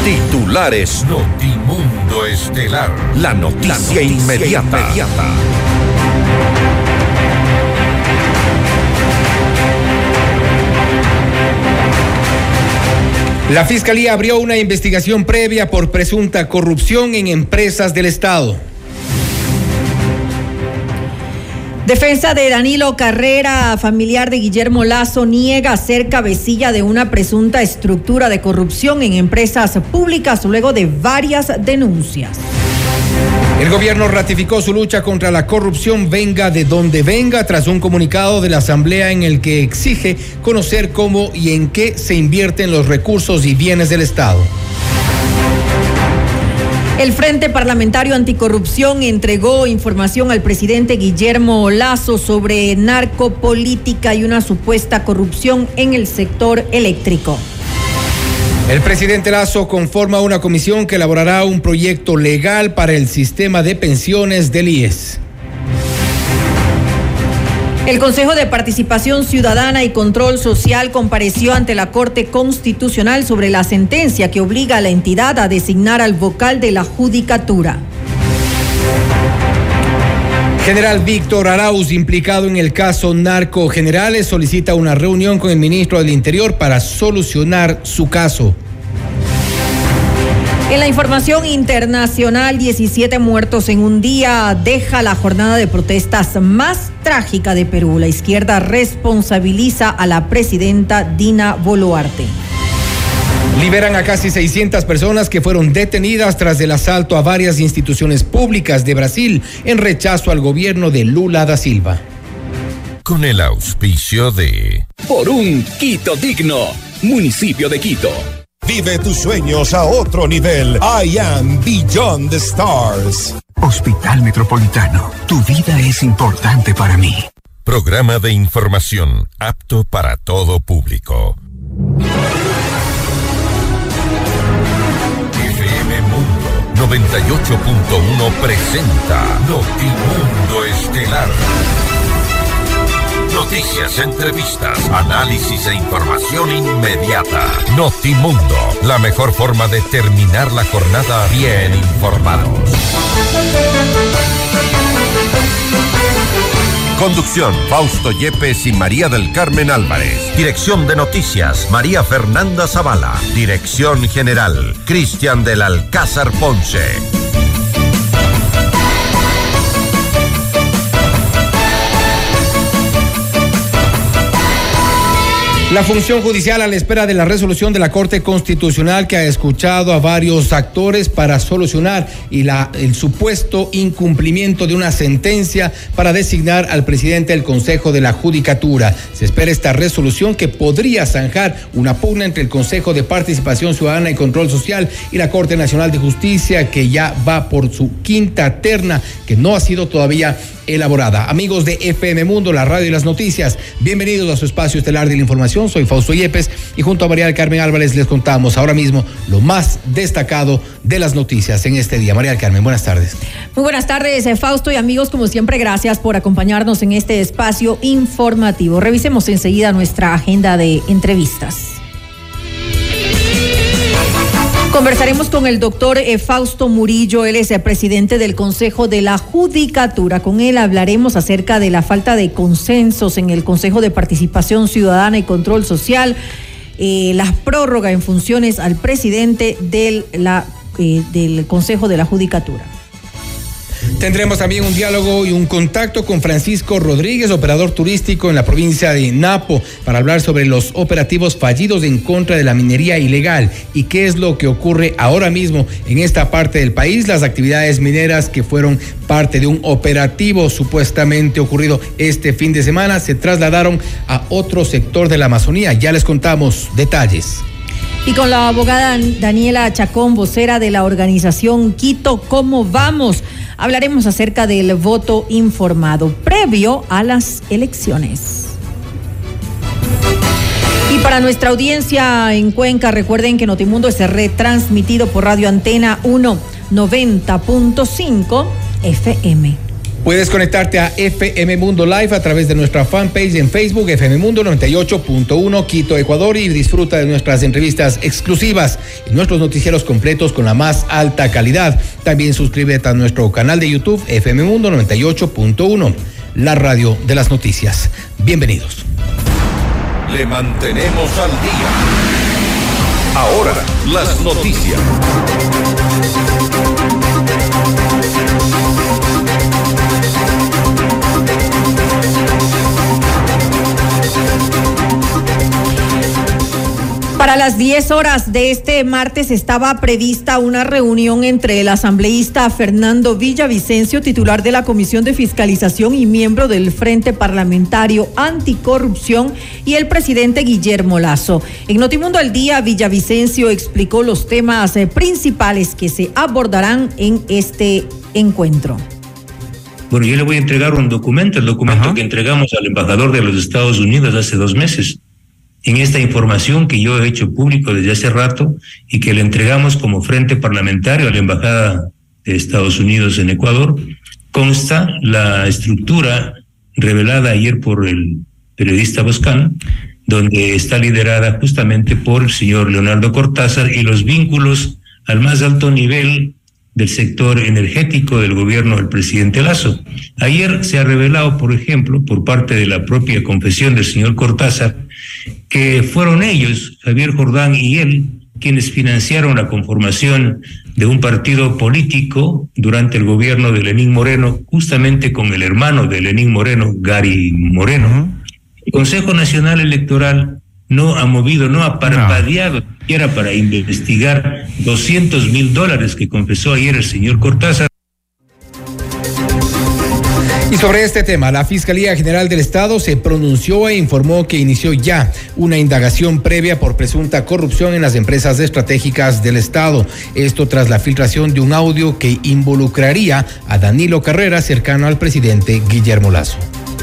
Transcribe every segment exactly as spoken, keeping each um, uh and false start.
Titulares. Notimundo Estelar. La noticia, La noticia inmediata. inmediata. La Fiscalía abrió una investigación previa por presunta corrupción en empresas del Estado. Defensa de Danilo Carrera, familiar de Guillermo Lazo, niega ser cabecilla de una presunta estructura de corrupción en empresas públicas luego de varias denuncias. El gobierno ratificó su lucha contra la corrupción, venga de donde venga, tras un comunicado de la Asamblea en el que exige conocer cómo y en qué se invierten los recursos y bienes del Estado. El Frente Parlamentario Anticorrupción entregó información al presidente Guillermo Lazo sobre narcopolítica y una supuesta corrupción en el sector eléctrico. El presidente Lazo conforma una comisión que elaborará un proyecto legal para el sistema de pensiones del I E S. El Consejo de Participación Ciudadana y Control Social compareció ante la Corte Constitucional sobre la sentencia que obliga a la entidad a designar al vocal de la Judicatura. General Víctor Arauz, implicado en el caso Narco Generales, solicita una reunión con el ministro del Interior para solucionar su caso. En la información internacional, diecisiete muertos en un día deja la jornada de protestas más trágica de Perú. La izquierda responsabiliza a la presidenta Dina Boluarte. Liberan a casi seiscientas personas que fueron detenidas tras el asalto a varias instituciones públicas de Brasil en rechazo al gobierno de Lula da Silva. Con el auspicio de... Por un Quito digno, municipio de Quito. Vive tus sueños a otro nivel. I am Beyond the Stars. Hospital Metropolitano. Tu vida es importante para mí. Programa de información apto para todo público. F M Mundo noventa y ocho punto uno presenta Notimundo Estelar. Noticias, entrevistas, análisis e información inmediata. Notimundo, la mejor forma de terminar la jornada bien informados. Conducción, Fausto Yepes y María del Carmen Álvarez. Dirección de noticias, María Fernanda Zavala. Dirección general, Cristian del Alcázar Ponce. La función judicial a la espera de la resolución de la Corte Constitucional, que ha escuchado a varios actores para solucionar y la, el supuesto incumplimiento de una sentencia para designar al presidente del Consejo de la Judicatura. Se espera esta resolución que podría zanjar una pugna entre el Consejo de Participación Ciudadana y Control Social y la Corte Nacional de Justicia, que ya va por su quinta terna, que no ha sido todavía elaborada. Amigos de F M Mundo, la radio y las noticias, bienvenidos a su espacio estelar de la información. Soy Fausto Yepes y junto a María del Carmen Álvarez les contamos ahora mismo lo más destacado de las noticias en este día. María del Carmen, buenas tardes. Muy buenas tardes, Fausto, y amigos, como siempre, gracias por acompañarnos en este espacio informativo. Revisemos enseguida nuestra agenda de entrevistas. Conversaremos con el doctor Fausto Murillo, él es el presidente del Consejo de la Judicatura. Con él hablaremos acerca de la falta de consensos en el Consejo de Participación Ciudadana y Control Social, eh, la prórroga en funciones al presidente del, la, eh, del Consejo de la Judicatura. Tendremos también un diálogo y un contacto con Francisco Rodríguez, operador turístico en la provincia de Napo, para hablar sobre los operativos fallidos en contra de la minería ilegal y qué es lo que ocurre ahora mismo en esta parte del país, las actividades mineras que fueron parte de un operativo supuestamente ocurrido este fin de semana se trasladaron a otro sector de la Amazonía. Ya les contamos detalles. Y con la abogada Daniela Chacón, vocera de la organización Quito, ¿cómo vamos? Hablaremos acerca del voto informado previo a las elecciones. Y para nuestra audiencia en Cuenca, recuerden que Notimundo es retransmitido por Radio Antena uno noventa punto cinco F M. Puedes conectarte a F M Mundo Live a través de nuestra fanpage en Facebook, F M Mundo noventa y ocho punto uno, Quito, Ecuador, y disfruta de nuestras entrevistas exclusivas y nuestros noticieros completos con la más alta calidad. También suscríbete a nuestro canal de YouTube, F M Mundo noventa y ocho punto uno, la radio de las noticias. Bienvenidos. Le mantenemos al día. Ahora, las noticias. Para las diez horas de este martes estaba prevista una reunión entre el asambleísta Fernando Villavicencio, titular de la Comisión de Fiscalización y miembro del Frente Parlamentario Anticorrupción, y el presidente Guillermo Lasso. En Notimundo al Día, Villavicencio explicó los temas principales que se abordarán en este encuentro. Bueno, yo le voy a entregar un documento, el documento Ajá. que entregamos al embajador de los Estados Unidos hace dos meses. En esta información que yo he hecho público desde hace rato y que le entregamos como Frente Parlamentario a la Embajada de Estados Unidos en Ecuador, consta la estructura revelada ayer por el periodista Boscan, donde está liderada justamente por el señor Leonardo Cortázar y los vínculos al más alto nivel del sector energético del gobierno del presidente Lasso. Ayer se ha revelado, por ejemplo, por parte de la propia confesión del señor Cortázar, que fueron ellos, Javier Jordán y él, quienes financiaron la conformación de un partido político durante el gobierno de Lenín Moreno, justamente con el hermano de Lenín Moreno, Gary Moreno. Uh-huh. El Consejo Nacional Electoral no ha movido, no ha parpadeado siquiera no. para investigar doscientos mil dólares que confesó ayer el señor Cortázar. Y sobre este tema, la Fiscalía General del Estado se pronunció e informó que inició ya una indagación previa por presunta corrupción en las empresas estratégicas del Estado. Esto tras la filtración de un audio que involucraría a Danilo Carrera, cercano al presidente Guillermo Lasso.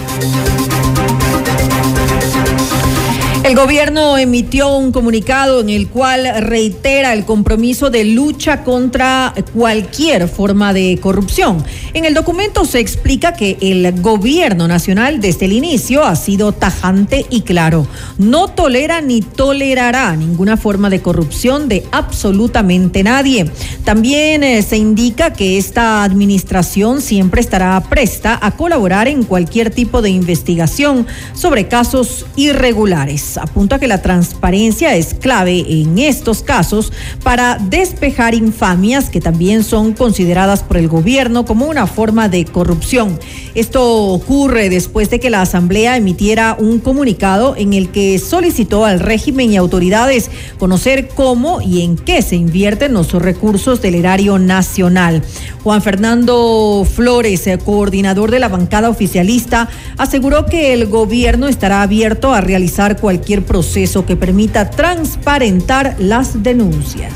El gobierno emitió un comunicado en el cual reitera el compromiso de lucha contra cualquier forma de corrupción. En el documento se explica que el gobierno nacional desde el inicio ha sido tajante y claro. No tolera ni tolerará ninguna forma de corrupción de absolutamente nadie. También eh, se indica que esta administración siempre estará presta a colaborar en cualquier tipo de investigación sobre casos irregulares. Apunta que la transparencia es clave en estos casos para despejar infamias que también son consideradas por el gobierno como una forma de corrupción. Esto ocurre después de que la Asamblea emitiera un comunicado en el que solicitó al régimen y autoridades conocer cómo y en qué se invierten los recursos del erario nacional. Juan Fernando Flores, coordinador de la bancada oficialista, aseguró que el gobierno estará abierto a realizar cualquier cualquier proceso que permita transparentar las denuncias.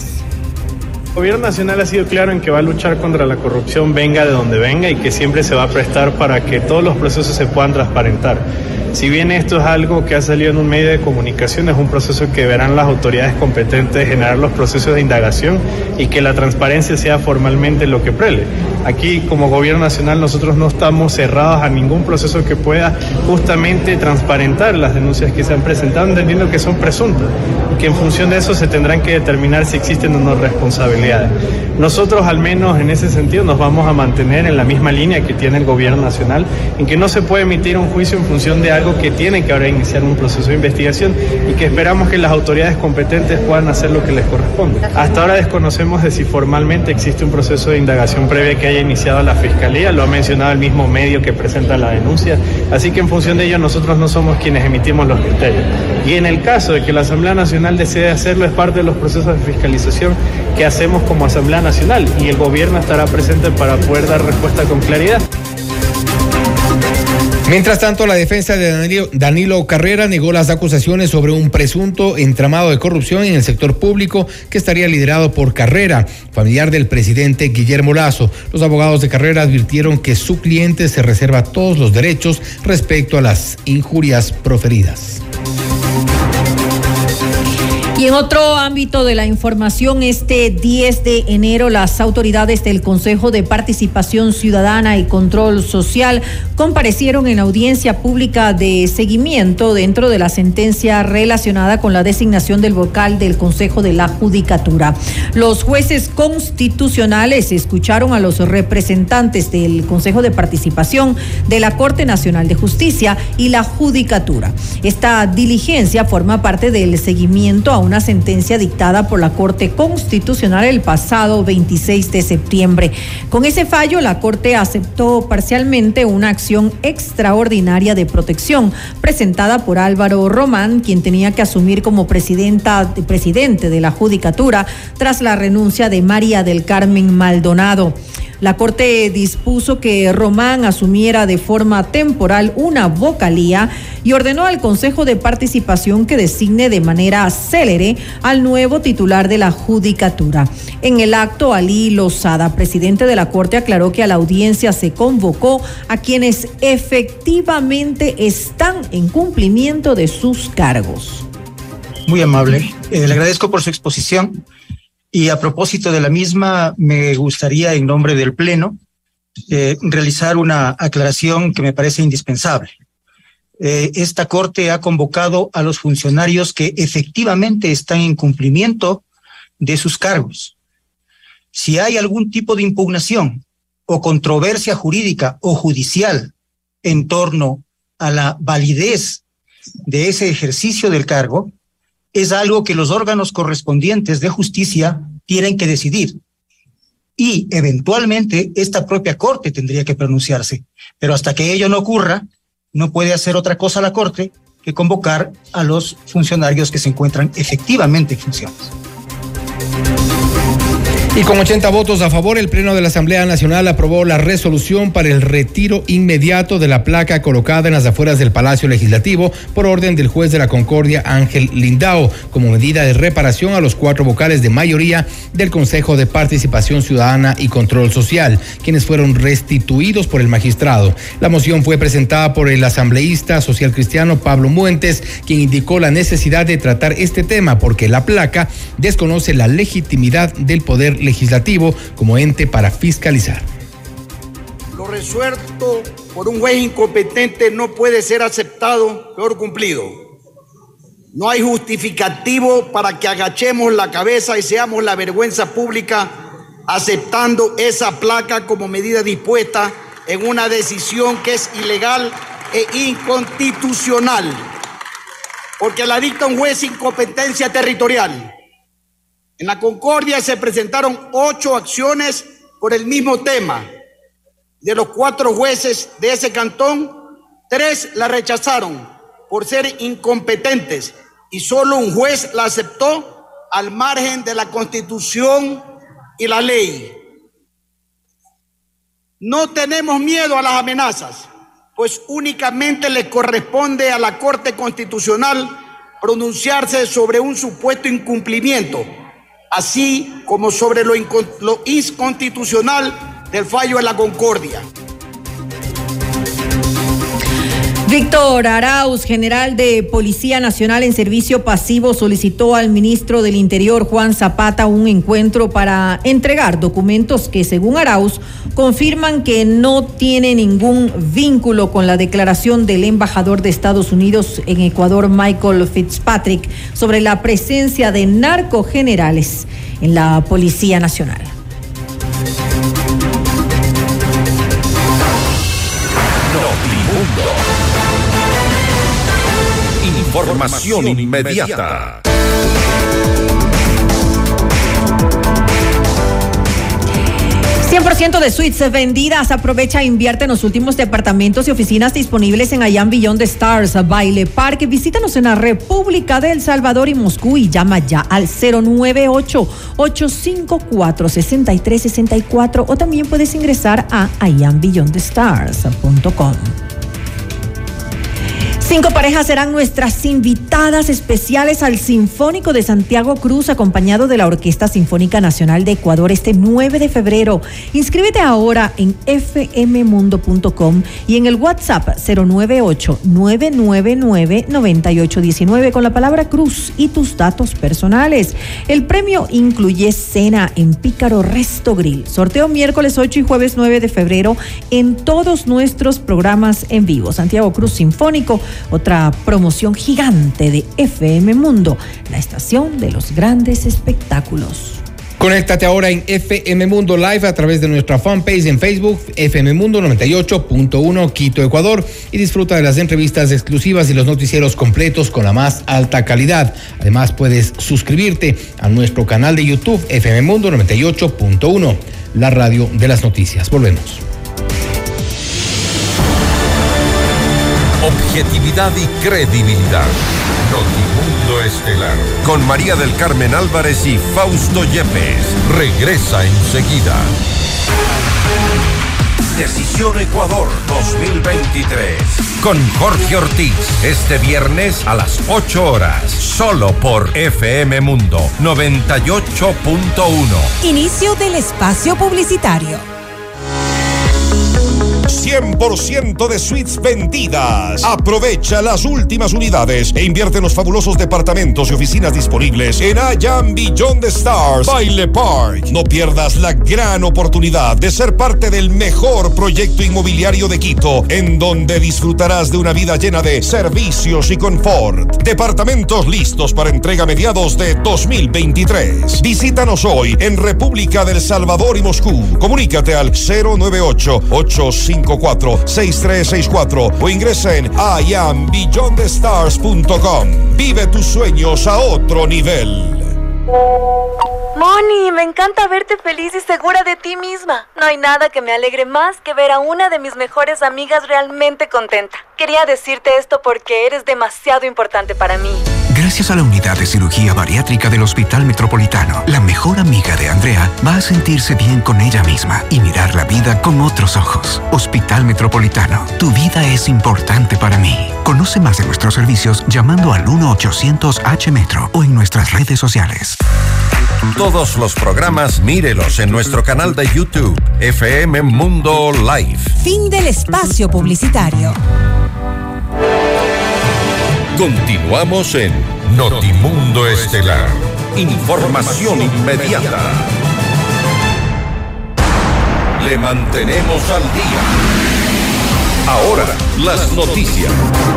El gobierno nacional ha sido claro en que va a luchar contra la corrupción, venga de donde venga, y que siempre se va a prestar para que todos los procesos se puedan transparentar. Si bien esto es algo que ha salido en un medio de comunicación, es un proceso que verán las autoridades competentes generar los procesos de indagación y que la transparencia sea formalmente lo que prele. Aquí, como gobierno nacional, nosotros no estamos cerrados a ningún proceso que pueda justamente transparentar las denuncias que se han presentado, entendiendo que son presuntas y que en función de eso se tendrán que determinar si existen o no responsabilidades. Nosotros, al menos en ese sentido, nos vamos a mantener en la misma línea que tiene el gobierno nacional, en que no se puede emitir un juicio en función de algo que tiene que ahora iniciar un proceso de investigación y que esperamos que las autoridades competentes puedan hacer lo que les corresponde. Hasta ahora desconocemos de si formalmente existe un proceso de indagación previa que haya iniciado la Fiscalía, lo ha mencionado el mismo medio que presenta la denuncia, así que en función de ello nosotros no somos quienes emitimos los criterios. Y en el caso de que la Asamblea Nacional desee hacerlo, es parte de los procesos de fiscalización que hacemos como Asamblea Nacional, y el gobierno estará presente para poder dar respuesta con claridad. Mientras tanto, la defensa de Danilo, Danilo Carrera negó las acusaciones sobre un presunto entramado de corrupción en el sector público que estaría liderado por Carrera, familiar del presidente Guillermo Lasso. Los abogados de Carrera advirtieron que su cliente se reserva todos los derechos respecto a las injurias proferidas. Y en otro ámbito de la información, este diez de enero las autoridades del Consejo de Participación Ciudadana y Control Social comparecieron en audiencia pública de seguimiento dentro de la sentencia relacionada con la designación del vocal del Consejo de la Judicatura. Los jueces constitucionales escucharon a los representantes del Consejo de Participación de la Corte Nacional de Justicia y la Judicatura. Esta diligencia forma parte del seguimiento a una sentencia dictada por la Corte Constitucional el pasado veintiséis de septiembre. Con ese fallo, la Corte aceptó parcialmente una acción extraordinaria de protección presentada por Álvaro Román, quien tenía que asumir como presidenta, presidente de la Judicatura tras la renuncia de María del Carmen Maldonado. La Corte dispuso que Román asumiera de forma temporal una vocalía y ordenó al Consejo de Participación que designe de manera célere al nuevo titular de la Judicatura. En el acto, Alí Lozada, presidente de la Corte, aclaró que a la audiencia se convocó a quienes efectivamente están en cumplimiento de sus cargos. Muy amable. Eh, le agradezco por su exposición. Y a propósito de la misma, me gustaría, en nombre del Pleno, eh, realizar una aclaración que me parece indispensable. Eh, esta Corte ha convocado a los funcionarios que efectivamente están en cumplimiento de sus cargos. Si hay algún tipo de impugnación o controversia jurídica o judicial en torno a la validez de ese ejercicio del cargo, es algo que los órganos correspondientes de justicia tienen que decidir. Y eventualmente esta propia Corte tendría que pronunciarse. Pero hasta que ello no ocurra, no puede hacer otra cosa la Corte que convocar a los funcionarios que se encuentran efectivamente en funciones. Y con ochenta votos a favor, el Pleno de la Asamblea Nacional aprobó la resolución para el retiro inmediato de la placa colocada en las afueras del Palacio Legislativo por orden del juez de la Concordia, Ángel Lindao, como medida de reparación a los cuatro vocales de mayoría del Consejo de Participación Ciudadana y Control Social, quienes fueron restituidos por el magistrado. La moción fue presentada por el asambleísta social cristiano Pablo Muentes, quien indicó la necesidad de tratar este tema porque la placa desconoce la legitimidad del Poder Legislativo como ente para fiscalizar. Lo resuelto por un juez incompetente no puede ser aceptado, peor cumplido. No hay justificativo para que agachemos la cabeza y seamos la vergüenza pública aceptando esa placa como medida dispuesta en una decisión que es ilegal e inconstitucional, porque la dicta un juez sin competencia territorial. En la Concordia se presentaron ocho acciones por el mismo tema. De los cuatro jueces de ese cantón, tres la rechazaron por ser incompetentes y solo un juez la aceptó al margen de la Constitución y la ley. No tenemos miedo a las amenazas, pues únicamente le corresponde a la Corte Constitucional pronunciarse sobre un supuesto incumplimiento, así como sobre lo, lo inconstitucional del fallo de la Concordia. Víctor Arauz, general de Policía Nacional en servicio pasivo, solicitó al ministro del Interior, Juan Zapata, un encuentro para entregar documentos que, según Arauz, confirman que no tiene ningún vínculo con la declaración del embajador de Estados Unidos en Ecuador, Michael Fitzpatrick, sobre la presencia de narcogenerales en la Policía Nacional. Información inmediata. cien por ciento de suites vendidas. Aprovecha e invierte en los últimos departamentos y oficinas disponibles en I Am Beyond the Stars, Baile Park. Visítanos en la República de El Salvador y Moscú y llama ya al cero nueve ocho, ocho cinco cuatro, seis tres seis cuatro o también puedes ingresar a i am beyond the stars punto com. Cinco parejas serán nuestras invitadas especiales al Sinfónico de Santiago Cruz, acompañado de la Orquesta Sinfónica Nacional de Ecuador, este nueve de febrero. Inscríbete ahora en f m mundo punto com y en el WhatsApp cero nueve ocho, nueve nueve nueve, nueve ocho uno nueve con la palabra Cruz y tus datos personales. El premio incluye cena en Pícaro Resto Grill. Sorteo miércoles ocho y jueves nueve de febrero en todos nuestros programas en vivo. Santiago Cruz Sinfónico, otra promoción gigante de F M Mundo, la estación de los grandes espectáculos. Conéctate ahora en F M Mundo Live a través de nuestra fanpage en Facebook, F M Mundo noventa y ocho punto uno Quito, Ecuador, y disfruta de las entrevistas exclusivas y los noticieros completos con la más alta calidad. Además, puedes suscribirte a nuestro canal de YouTube, F M Mundo noventa y ocho punto uno, la radio de las noticias. Volvemos. Objetividad y credibilidad. Notimundo Estelar. Con María del Carmen Álvarez y Fausto Yepes. Regresa enseguida. Decisión Ecuador dos mil veintitrés. Con Jorge Ortiz. Este viernes a las ocho horas. Solo por F M Mundo noventa y ocho punto uno. Inicio del espacio publicitario. cien por ciento de suites vendidas. Aprovecha las últimas unidades e invierte en los fabulosos departamentos y oficinas disponibles en I Am Beyond the Stars Baile Park. No pierdas la gran oportunidad de ser parte del mejor proyecto inmobiliario de Quito, en donde disfrutarás de una vida llena de servicios y confort. Departamentos listos para entrega a mediados de dos mil veintitrés. Visítanos hoy en República del Salvador y Moscú. Comunícate al cero nueve ocho, ocho cinco cuatro, seis tres seis cuatro o ingresa en i am beyond the stars punto com. Vive tus sueños a otro nivel. Moni, me encanta verte feliz y segura de ti misma. No hay nada que me alegre más que ver a una de mis mejores amigas realmente contenta. Quería decirte esto porque eres demasiado importante para mí. Gracias a la unidad de cirugía bariátrica del Hospital Metropolitano, la mejor amiga de Andrea va a sentirse bien con ella misma y mirar la vida con otros ojos. Hospital Metropolitano, tu vida es importante para mí. Conoce más de nuestros servicios llamando al uno ochocientos H Metro o en nuestras redes sociales. Todos los programas mírelos en nuestro canal de YouTube, F M Mundo Live. Fin del espacio publicitario. Continuamos en Notimundo Estelar. Información inmediata. Le mantenemos al día. Ahora, las noticias.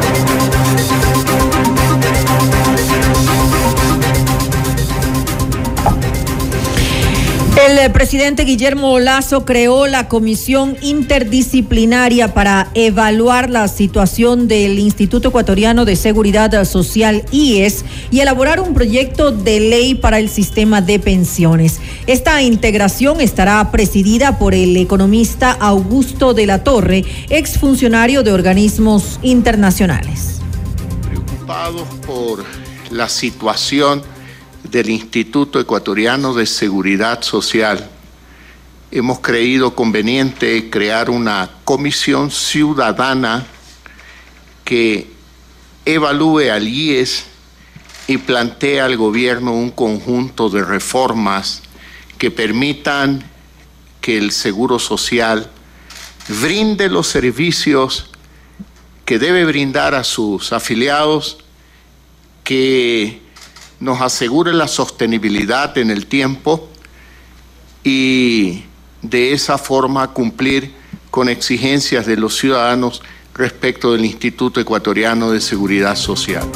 El presidente Guillermo Lasso creó la Comisión Interdisciplinaria para evaluar la situación del Instituto Ecuatoriano de Seguridad Social, I E S, y elaborar un proyecto de ley para el sistema de pensiones. Esta integración estará presidida por el economista Augusto de la Torre, exfuncionario de organismos internacionales. Preocupados por la situación del Instituto Ecuatoriano de Seguridad Social, hemos creído conveniente crear una comisión ciudadana que evalúe al I E S y plantee al gobierno un conjunto de reformas que permitan que el Seguro Social brinde los servicios que debe brindar a sus afiliados, que nos asegure la sostenibilidad en el tiempo y de esa forma cumplir con exigencias de los ciudadanos respecto del Instituto Ecuatoriano de Seguridad Social.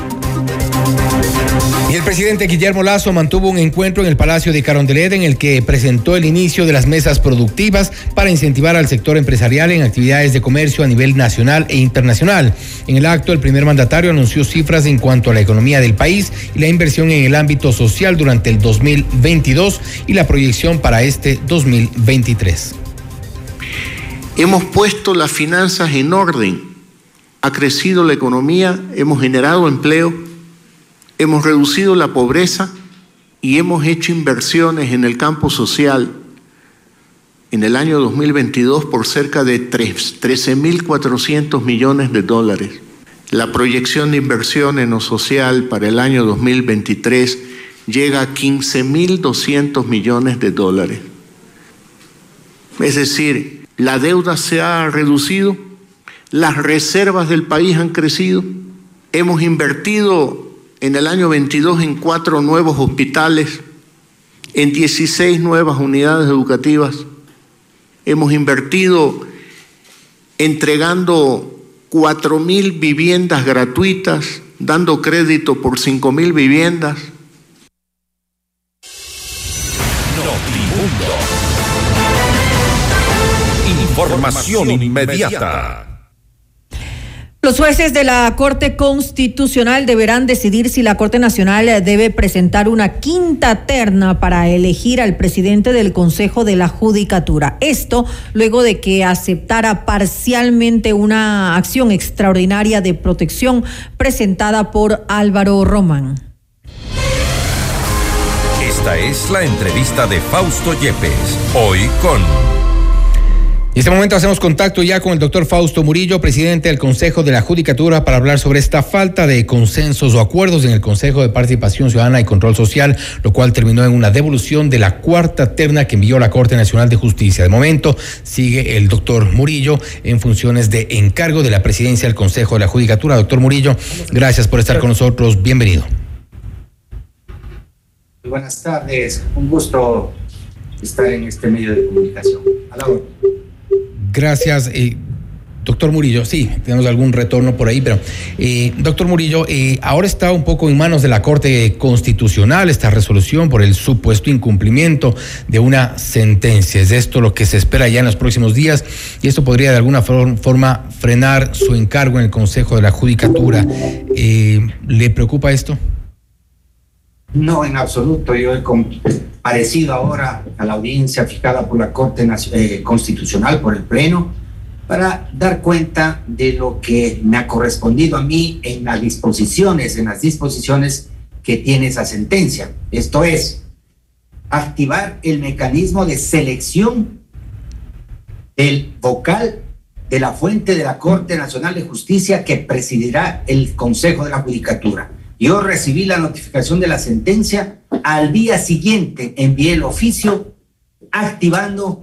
Y el presidente Guillermo Lasso mantuvo un encuentro en el Palacio de Carondelet en el que presentó el inicio de las mesas productivas para incentivar al sector empresarial en actividades de comercio a nivel nacional e internacional. En el acto, el primer mandatario anunció cifras en cuanto a la economía del país y la inversión en el ámbito social durante el dos mil veintidós y la proyección para este dos mil veintitrés. Hemos puesto las finanzas en orden, ha crecido la economía, hemos generado empleo, hemos reducido la pobreza y hemos hecho inversiones en el campo social en el año dos mil veintidós por cerca de trece mil cuatrocientos millones de dólares. La proyección de inversión en lo social para el año dos mil veintitrés llega a quince mil doscientos millones de dólares. Es decir, la deuda se ha reducido, las reservas del país han crecido, hemos invertido en el año veintidós en cuatro nuevos hospitales, en dieciséis nuevas unidades educativas, hemos invertido entregando cuatro mil viviendas gratuitas, dando crédito por cinco mil viviendas. Notimundo. Información inmediata. Los jueces de la Corte Constitucional deberán decidir si la Corte Nacional debe presentar una quinta terna para elegir al presidente del Consejo de la Judicatura. Esto luego de que aceptara parcialmente una acción extraordinaria de protección presentada por Álvaro Román. Esta es la entrevista de Fausto Yepes, hoy con... En este momento hacemos contacto ya con el doctor Fausto Murillo, presidente del Consejo de la Judicatura, para hablar sobre esta falta de consensos o acuerdos en el Consejo de Participación Ciudadana y Control Social, lo cual terminó en una devolución de la cuarta terna que envió la Corte Nacional de Justicia. De momento sigue el doctor Murillo en funciones de encargo de la presidencia del Consejo de la Judicatura. Doctor Murillo, gracias por estar con nosotros. Bienvenido. Buenas tardes. Un gusto estar en este medio de comunicación. A la hora. Gracias, eh, doctor Murillo. Sí, tenemos algún retorno por ahí, pero eh, doctor Murillo, eh, ahora está un poco en manos de la Corte Constitucional esta resolución por el supuesto incumplimiento de una sentencia. Es esto lo que se espera ya en los próximos días y esto podría de alguna forma frenar su encargo en el Consejo de la Judicatura. Eh, ¿Le preocupa esto? No, en absoluto. Yo he comparecido ahora a la audiencia fijada por la Corte eh, Constitucional, por el Pleno, para dar cuenta de lo que me ha correspondido a mí en las disposiciones, en las disposiciones que tiene esa sentencia. Esto es, activar el mecanismo de selección del vocal de la fuente de la Corte Nacional de Justicia que presidirá el Consejo de la Judicatura. Yo recibí la notificación de la sentencia, al día siguiente envié el oficio activando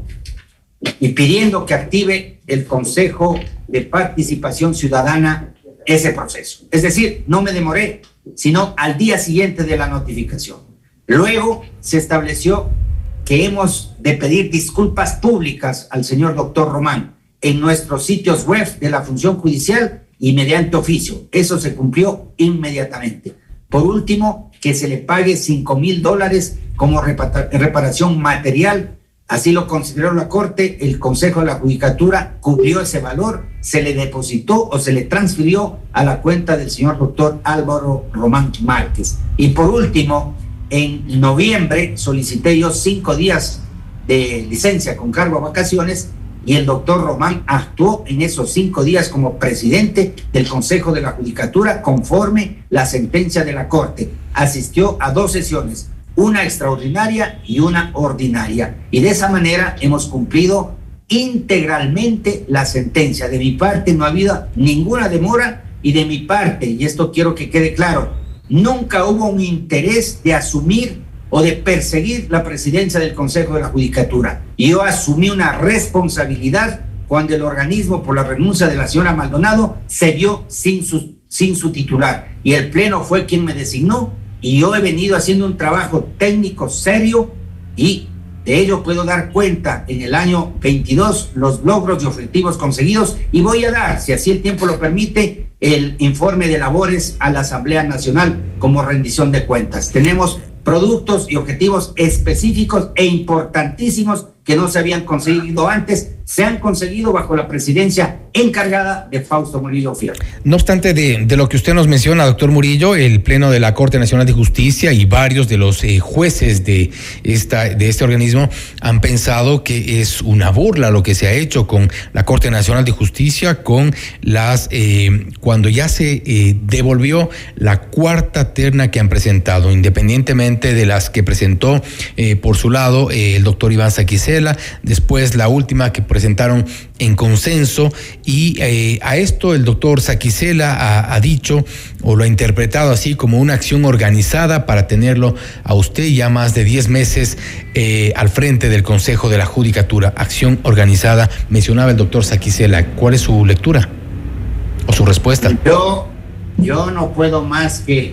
y pidiendo que active el Consejo de Participación Ciudadana ese proceso. Es decir, no me demoré, sino al día siguiente de la notificación. Luego se estableció que hemos de pedir disculpas públicas al señor doctor Román en nuestros sitios web de la función judicial y mediante oficio. Eso se cumplió inmediatamente. Por último, que se le pague cinco mil dólares como reparación material. Así lo consideró la Corte. El Consejo de la Judicatura cubrió ese valor, se le depositó o se le transfirió a la cuenta del señor doctor Álvaro Román Márquez. Y por último, en noviembre solicité yo cinco días de licencia con cargo a vacaciones y el doctor Román actuó en esos cinco días como presidente del Consejo de la Judicatura conforme la sentencia de la Corte. Asistió a dos sesiones, una extraordinaria y una ordinaria. Y de esa manera hemos cumplido integralmente la sentencia. De mi parte no ha habido ninguna demora y de mi parte, y esto quiero que quede claro, nunca hubo un interés de asumir o de perseguir la presidencia del Consejo de la Judicatura. Y yo asumí una responsabilidad cuando el organismo, por la renuncia de la señora Maldonado, se vio sin su, sin su titular. Y el Pleno fue quien me designó y yo he venido haciendo un trabajo técnico serio y de ello puedo dar cuenta en el año veintidós los logros y objetivos conseguidos y voy a dar, si así el tiempo lo permite, el informe de labores a la Asamblea Nacional como rendición de cuentas. Tenemos productos y objetivos específicos e importantísimos que no se habían conseguido antes, se han conseguido bajo la presidencia encargada de Fausto Murillo Fierro. No obstante de, de lo que usted nos menciona, doctor Murillo, el Pleno de la Corte Nacional de Justicia y varios de los eh, jueces de, esta, de este organismo han pensado que es una burla lo que se ha hecho con la Corte Nacional de Justicia, con las eh, cuando ya se eh, devolvió la cuarta terna que han presentado, independientemente de las que presentó eh, por su lado eh, el doctor Iván Saquicera, Saquicela, después la última que presentaron en consenso, y eh, a esto el doctor Saquicela ha, ha dicho o lo ha interpretado así como una acción organizada para tenerlo a usted ya más de diez meses eh, al frente del Consejo de la Judicatura. Acción organizada, mencionaba el doctor Saquicela. ¿Cuál es su lectura o su respuesta? Yo, yo no puedo más que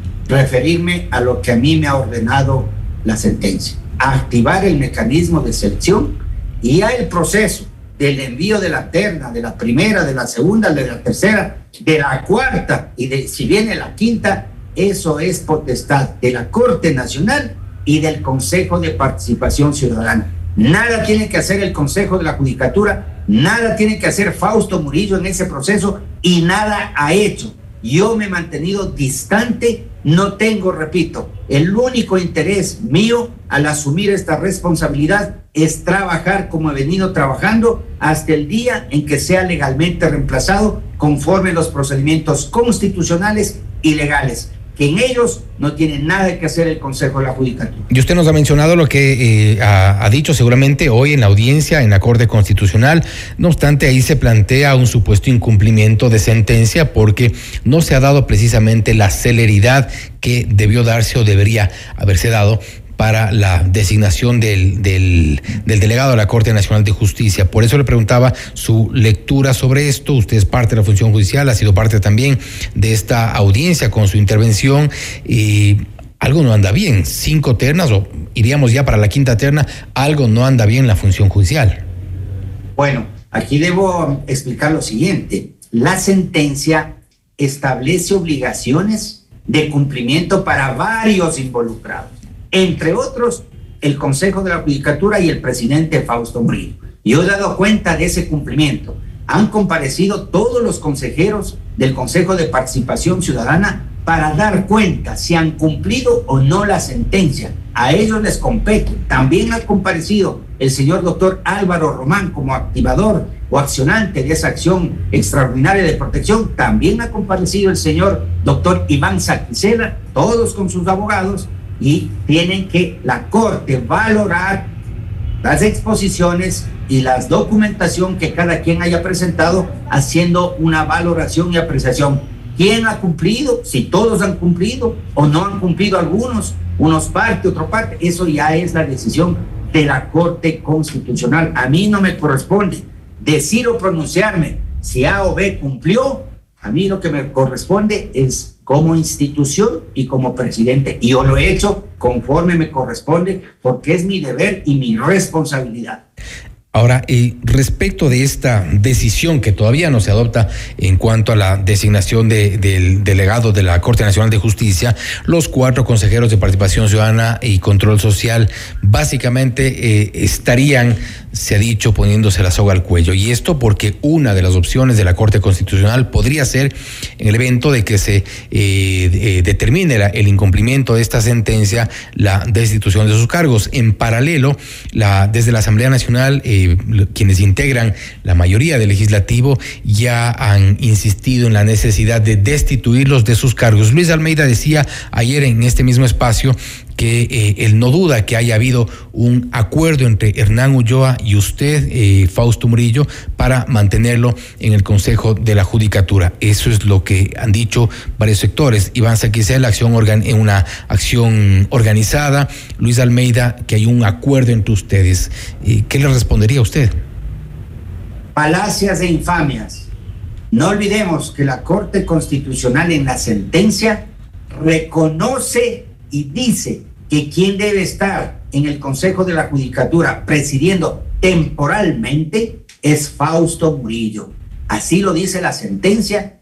referirme a lo que a mí me ha ordenado la sentencia: activar el mecanismo de selección y ya el proceso del envío de la terna, de la primera, de la segunda, de la tercera, de la cuarta y de si viene la quinta, eso es potestad de la Corte Nacional y del Consejo de Participación Ciudadana. Nada tiene que hacer el Consejo de la Judicatura, nada tiene que hacer Fausto Murillo en ese proceso y nada ha hecho. Yo me he mantenido distante, no tengo, repito, el único interés mío al asumir esta responsabilidad es trabajar como he venido trabajando hasta el día en que sea legalmente reemplazado conforme los procedimientos constitucionales y legales, que en ellos no tiene nada que hacer el Consejo de la Judicatura. Y usted nos ha mencionado lo que eh, ha, ha dicho seguramente hoy en la audiencia en la Corte Constitucional. No obstante, ahí se plantea un supuesto incumplimiento de sentencia porque no se ha dado precisamente la celeridad que debió darse o debería haberse dado para la designación del, del, del delegado de la Corte Nacional de Justicia. Por eso le preguntaba su lectura sobre esto. Usted es parte de la función judicial, ha sido parte también de esta audiencia con su intervención, y algo no anda bien. Cinco ternas, o iríamos ya para la quinta terna, algo no anda bien en la función judicial. Bueno, aquí debo explicar lo siguiente. La sentencia establece obligaciones de cumplimiento para varios involucrados, entre otros el Consejo de la Judicatura y el presidente Fausto Murillo. Yo he dado cuenta de ese cumplimiento. Han comparecido todos los consejeros del Consejo de Participación Ciudadana para dar cuenta si han cumplido o no la sentencia. A ellos les compete. También ha comparecido el señor doctor Álvaro Román como activador o accionante de esa acción extraordinaria de protección. También ha comparecido el señor doctor Iván Saquicela, todos con sus abogados, y tienen que la Corte valorar las exposiciones y la documentación que cada quien haya presentado, haciendo una valoración y apreciación. ¿Quién ha cumplido? Si todos han cumplido o no han cumplido algunos, unos parte, otro parte, eso ya es la decisión de la Corte Constitucional. A mí no me corresponde decir o pronunciarme si A o B cumplió. A mí lo que me corresponde es como institución y como presidente, y yo lo he hecho conforme me corresponde porque es mi deber y mi responsabilidad. Ahora, eh, respecto de esta decisión que todavía no se adopta en cuanto a la designación de, del delegado de la Corte Nacional de Justicia, los cuatro consejeros de Participación Ciudadana y Control Social básicamente eh, estarían, se ha dicho, poniéndose la soga al cuello. Y esto porque una de las opciones de la Corte Constitucional podría ser, en el evento de que se eh, eh, determine la, el incumplimiento de esta sentencia, la destitución de sus cargos. En paralelo, la, desde la Asamblea Nacional, eh, quienes integran la mayoría del legislativo ya han insistido en la necesidad de destituirlos de sus cargos. Luis Almeida decía ayer en este mismo espacio que eh, él no duda que haya habido un acuerdo entre Hernán Ulloa y usted, eh, Fausto Murillo, para mantenerlo en el Consejo de la Judicatura. Eso es lo que han dicho varios sectores. Iván Saquicela, acción organ- en una acción organizada. Luis Almeida, que hay un acuerdo entre ustedes. Eh, ¿Qué le respondería a usted? Falacias e infamias. No olvidemos que la Corte Constitucional en la sentencia reconoce y dice que quien debe estar en el Consejo de la Judicatura presidiendo temporalmente es Fausto Murillo. Así lo dice la sentencia,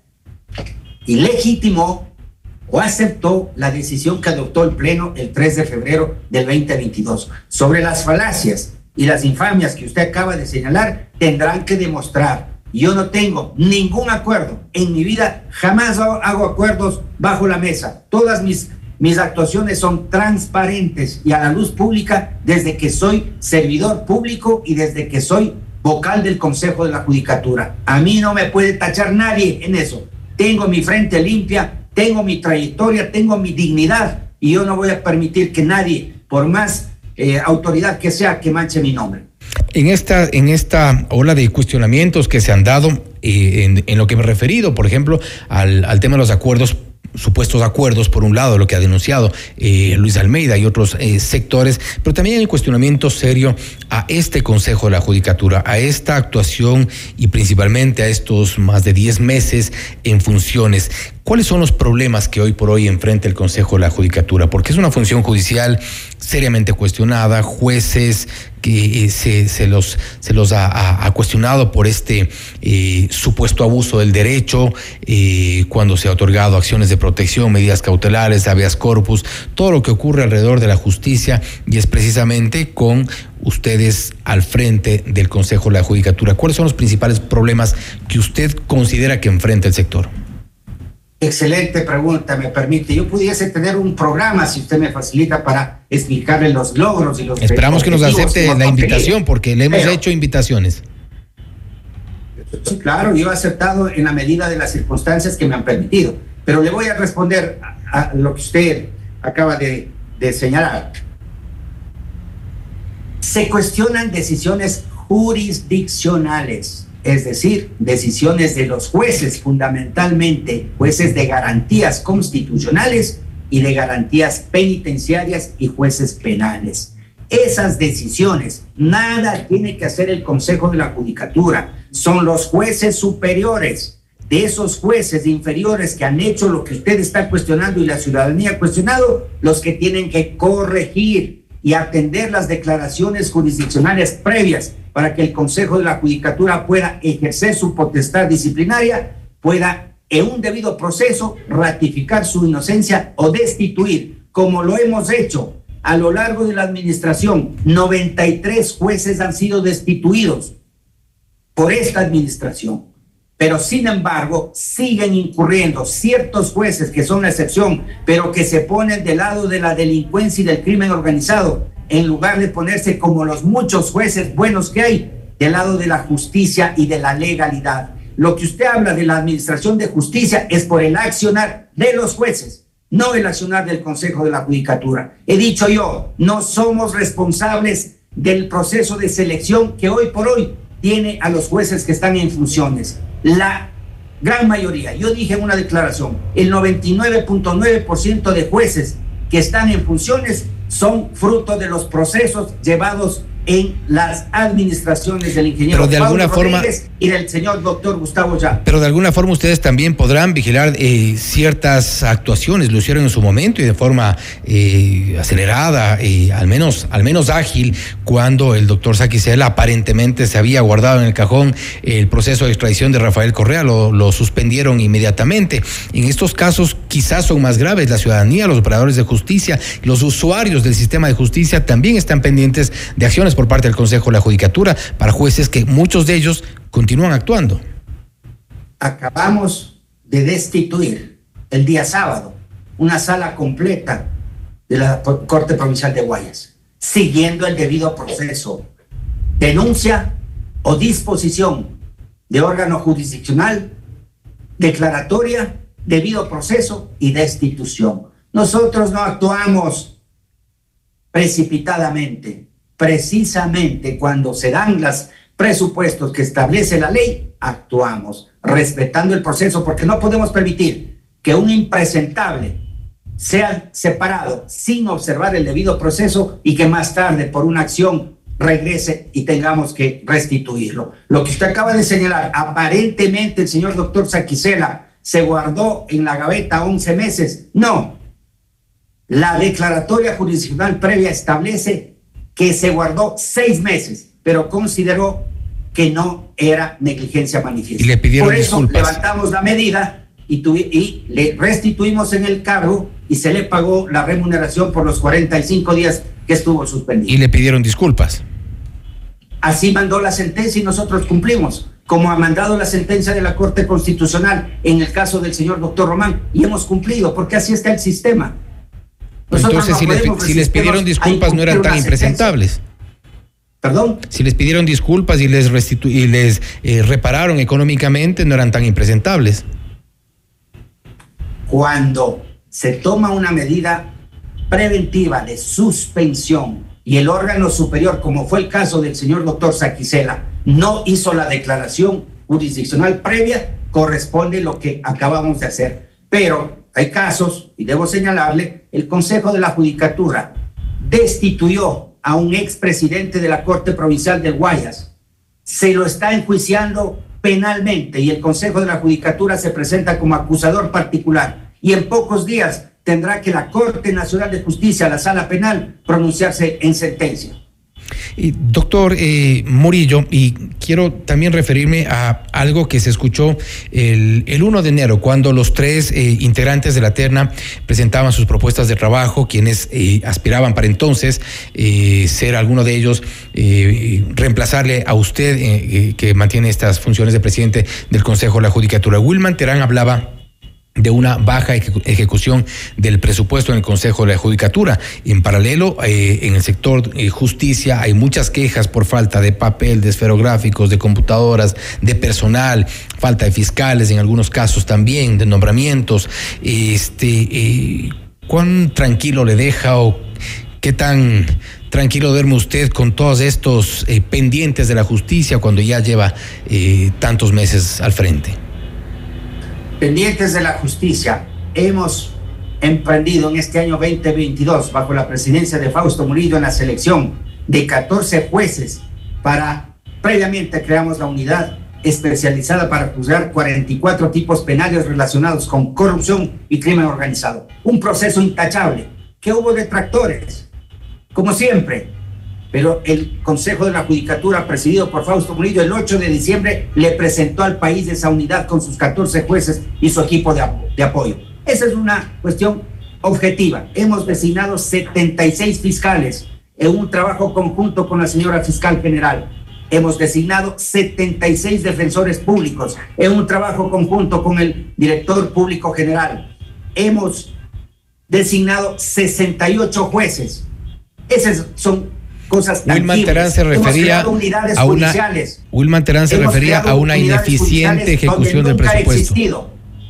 y legitimó o aceptó la decisión que adoptó el Pleno el tres de febrero del veinte veintidós. Sobre las falacias y las infamias que usted acaba de señalar, tendrán que demostrar. Yo no tengo ningún acuerdo en mi vida, jamás hago acuerdos bajo la mesa. Todas mis Mis actuaciones son transparentes y a la luz pública desde que soy servidor público y desde que soy vocal del Consejo de la Judicatura. A mí no me puede tachar nadie en eso. Tengo mi frente limpia, tengo mi trayectoria, tengo mi dignidad, y yo no voy a permitir que nadie, por más eh, autoridad que sea que manche mi nombre. En esta, en esta ola de cuestionamientos que se han dado, eh, en, en lo que me he referido, por ejemplo, al, al tema de los acuerdos, supuestos acuerdos, por un lado, lo que ha denunciado eh, Luis Almeida y otros eh, sectores, pero también hay un cuestionamiento serio a este Consejo de la Judicatura, a esta actuación y principalmente a estos más de diez meses en funciones. ¿Cuáles son los problemas que hoy por hoy enfrenta el Consejo de la Judicatura? Porque es una función judicial seriamente cuestionada, jueces que eh, se, se los, se los ha, ha, ha cuestionado por este eh, supuesto abuso del derecho, eh, cuando se ha otorgado acciones de protección, medidas cautelares, habeas corpus, todo lo que ocurre alrededor de la justicia, y es precisamente con ustedes al frente del Consejo de la Judicatura. ¿Cuáles son los principales problemas que usted considera que enfrenta el sector? Excelente pregunta, me permite. Yo pudiese tener un programa, si usted me facilita, para explicarle los logros y los... Esperamos que nos acepte la invitación, porque le hemos Pero, hecho invitaciones. Claro, yo he aceptado en la medida de las circunstancias que me han permitido. Pero le voy a responder a, a lo que usted acaba de, de señalar. Se cuestionan decisiones jurisdiccionales, es decir, decisiones de los jueces, fundamentalmente jueces de garantías constitucionales y de garantías penitenciarias y jueces penales. Esas decisiones, nada tiene que hacer el Consejo de la Judicatura, son los jueces superiores de esos jueces inferiores que han hecho lo que usted está cuestionando y la ciudadanía ha cuestionado, los que tienen que corregir y atender las declaraciones jurisdiccionales previas para que el Consejo de la Judicatura pueda ejercer su potestad disciplinaria, pueda en un debido proceso ratificar su inocencia o destituir, como lo hemos hecho a lo largo de la administración. noventa y tres jueces han sido destituidos por esta administración, pero sin embargo siguen incurriendo ciertos jueces que son la excepción, pero que se ponen del lado de la delincuencia y del crimen organizado, en lugar de ponerse como los muchos jueces buenos que hay del lado de la justicia y de la legalidad. Lo que usted habla de la administración de justicia es por el accionar de los jueces, no el accionar del Consejo de la Judicatura. He dicho yo, no somos responsables del proceso de selección que hoy por hoy tiene a los jueces que están en funciones. La gran mayoría, yo dije en una declaración, el noventa y nueve punto nueve por ciento de jueces que están en funciones son fruto de los procesos llevados en las administraciones del ingeniero pero de Pablo alguna Rodríguez forma, y del señor doctor Gustavo Ya. Pero de alguna forma ustedes también podrán vigilar eh, ciertas actuaciones, lo hicieron en su momento y de forma eh, acelerada, eh, al menos al menos ágil, cuando el doctor Saquicela aparentemente se había guardado en el cajón el proceso de extradición de Rafael Correa, lo, lo suspendieron inmediatamente. En estos casos quizás son más graves, la ciudadanía, los operadores de justicia, los usuarios del sistema de justicia también están pendientes de acciones por parte del Consejo de la Judicatura para jueces que muchos de ellos continúan actuando. Acabamos de destituir el día sábado una sala completa de la Corte Provincial de Guayas, siguiendo el debido proceso, denuncia o disposición de órgano jurisdiccional, declaratoria, debido proceso y destitución. Nosotros no actuamos precipitadamente. Precisamente cuando se dan los presupuestos que establece la ley, actuamos respetando el proceso, porque no podemos permitir que un impresentable sea separado sin observar el debido proceso y que más tarde por una acción regrese y tengamos que restituirlo. Lo que usted acaba de señalar, aparentemente el señor doctor Saquicela se guardó en la gaveta once meses. No, la declaratoria jurisdiccional previa establece que se guardó seis meses, pero consideró que no era negligencia manifiesta. Y le pidieron Por eso disculpas. levantamos la medida y, tuvi- y le restituimos en el cargo y se le pagó la remuneración por los cuarenta y cinco días que estuvo suspendido. Y le pidieron disculpas. Así mandó la sentencia y nosotros cumplimos, como ha mandado la sentencia de la Corte Constitucional en el caso del señor doctor Román, y hemos cumplido, porque así está el sistema. Nosotros Entonces, no si, les, podemos si les pidieron resistirnos a disculpas, no eran incumplir tan una sentencia. impresentables. ¿Perdón? Si les pidieron disculpas y les, restitu y les eh, repararon económicamente, no eran tan impresentables. Cuando se toma una medida preventiva de suspensión y el órgano superior, como fue el caso del señor doctor Saquicela, no hizo la declaración jurisdiccional previa, corresponde lo que acabamos de hacer. Pero hay casos, y debo señalarle, el Consejo de la Judicatura destituyó a un expresidente de la Corte Provincial del Guayas, se lo está enjuiciando penalmente y el Consejo de la Judicatura se presenta como acusador particular y en pocos días tendrá que la Corte Nacional de Justicia, la Sala Penal, pronunciarse en sentencia. Y doctor eh, Murillo, y quiero también referirme a algo que se escuchó el, el primero de enero, cuando los tres eh, integrantes de la terna presentaban sus propuestas de trabajo, quienes eh, aspiraban para entonces eh, ser alguno de ellos, eh, reemplazarle a usted, eh, que mantiene estas funciones de presidente del Consejo de la Judicatura. Wilman Terán hablaba de una baja ejecución del presupuesto en el Consejo de la Judicatura. En paralelo, eh, en el sector eh, justicia hay muchas quejas por falta de papel, de esferográficos, de computadoras, de personal, falta de fiscales en algunos casos también, de nombramientos. Este, eh, ¿cuán tranquilo le deja o qué tan tranquilo duerme usted con todos estos eh, pendientes de la justicia cuando ya lleva eh, tantos meses al frente? Pendientes de la justicia, hemos emprendido en este año veinte veintidós, bajo la presidencia de Fausto Murillo, en la selección de catorce jueces para, previamente creamos la unidad especializada para juzgar cuarenta y cuatro tipos penales relacionados con corrupción y crimen organizado. Un proceso intachable, que hubo detractores, como siempre, pero el Consejo de la Judicatura, presidido por Fausto Murillo, el ocho de diciembre le presentó al país esa unidad con sus catorce jueces y su equipo de, de apoyo. Esa es una cuestión objetiva. Hemos designado setenta y seis fiscales en un trabajo conjunto con la señora fiscal general. Hemos designado setenta y seis defensores públicos en un trabajo conjunto con el director público general. Hemos designado sesenta y ocho jueces. Esas son cosas Wilman Terán se refería a una Wilman Terán se refería a una ineficiente ejecución del presupuesto.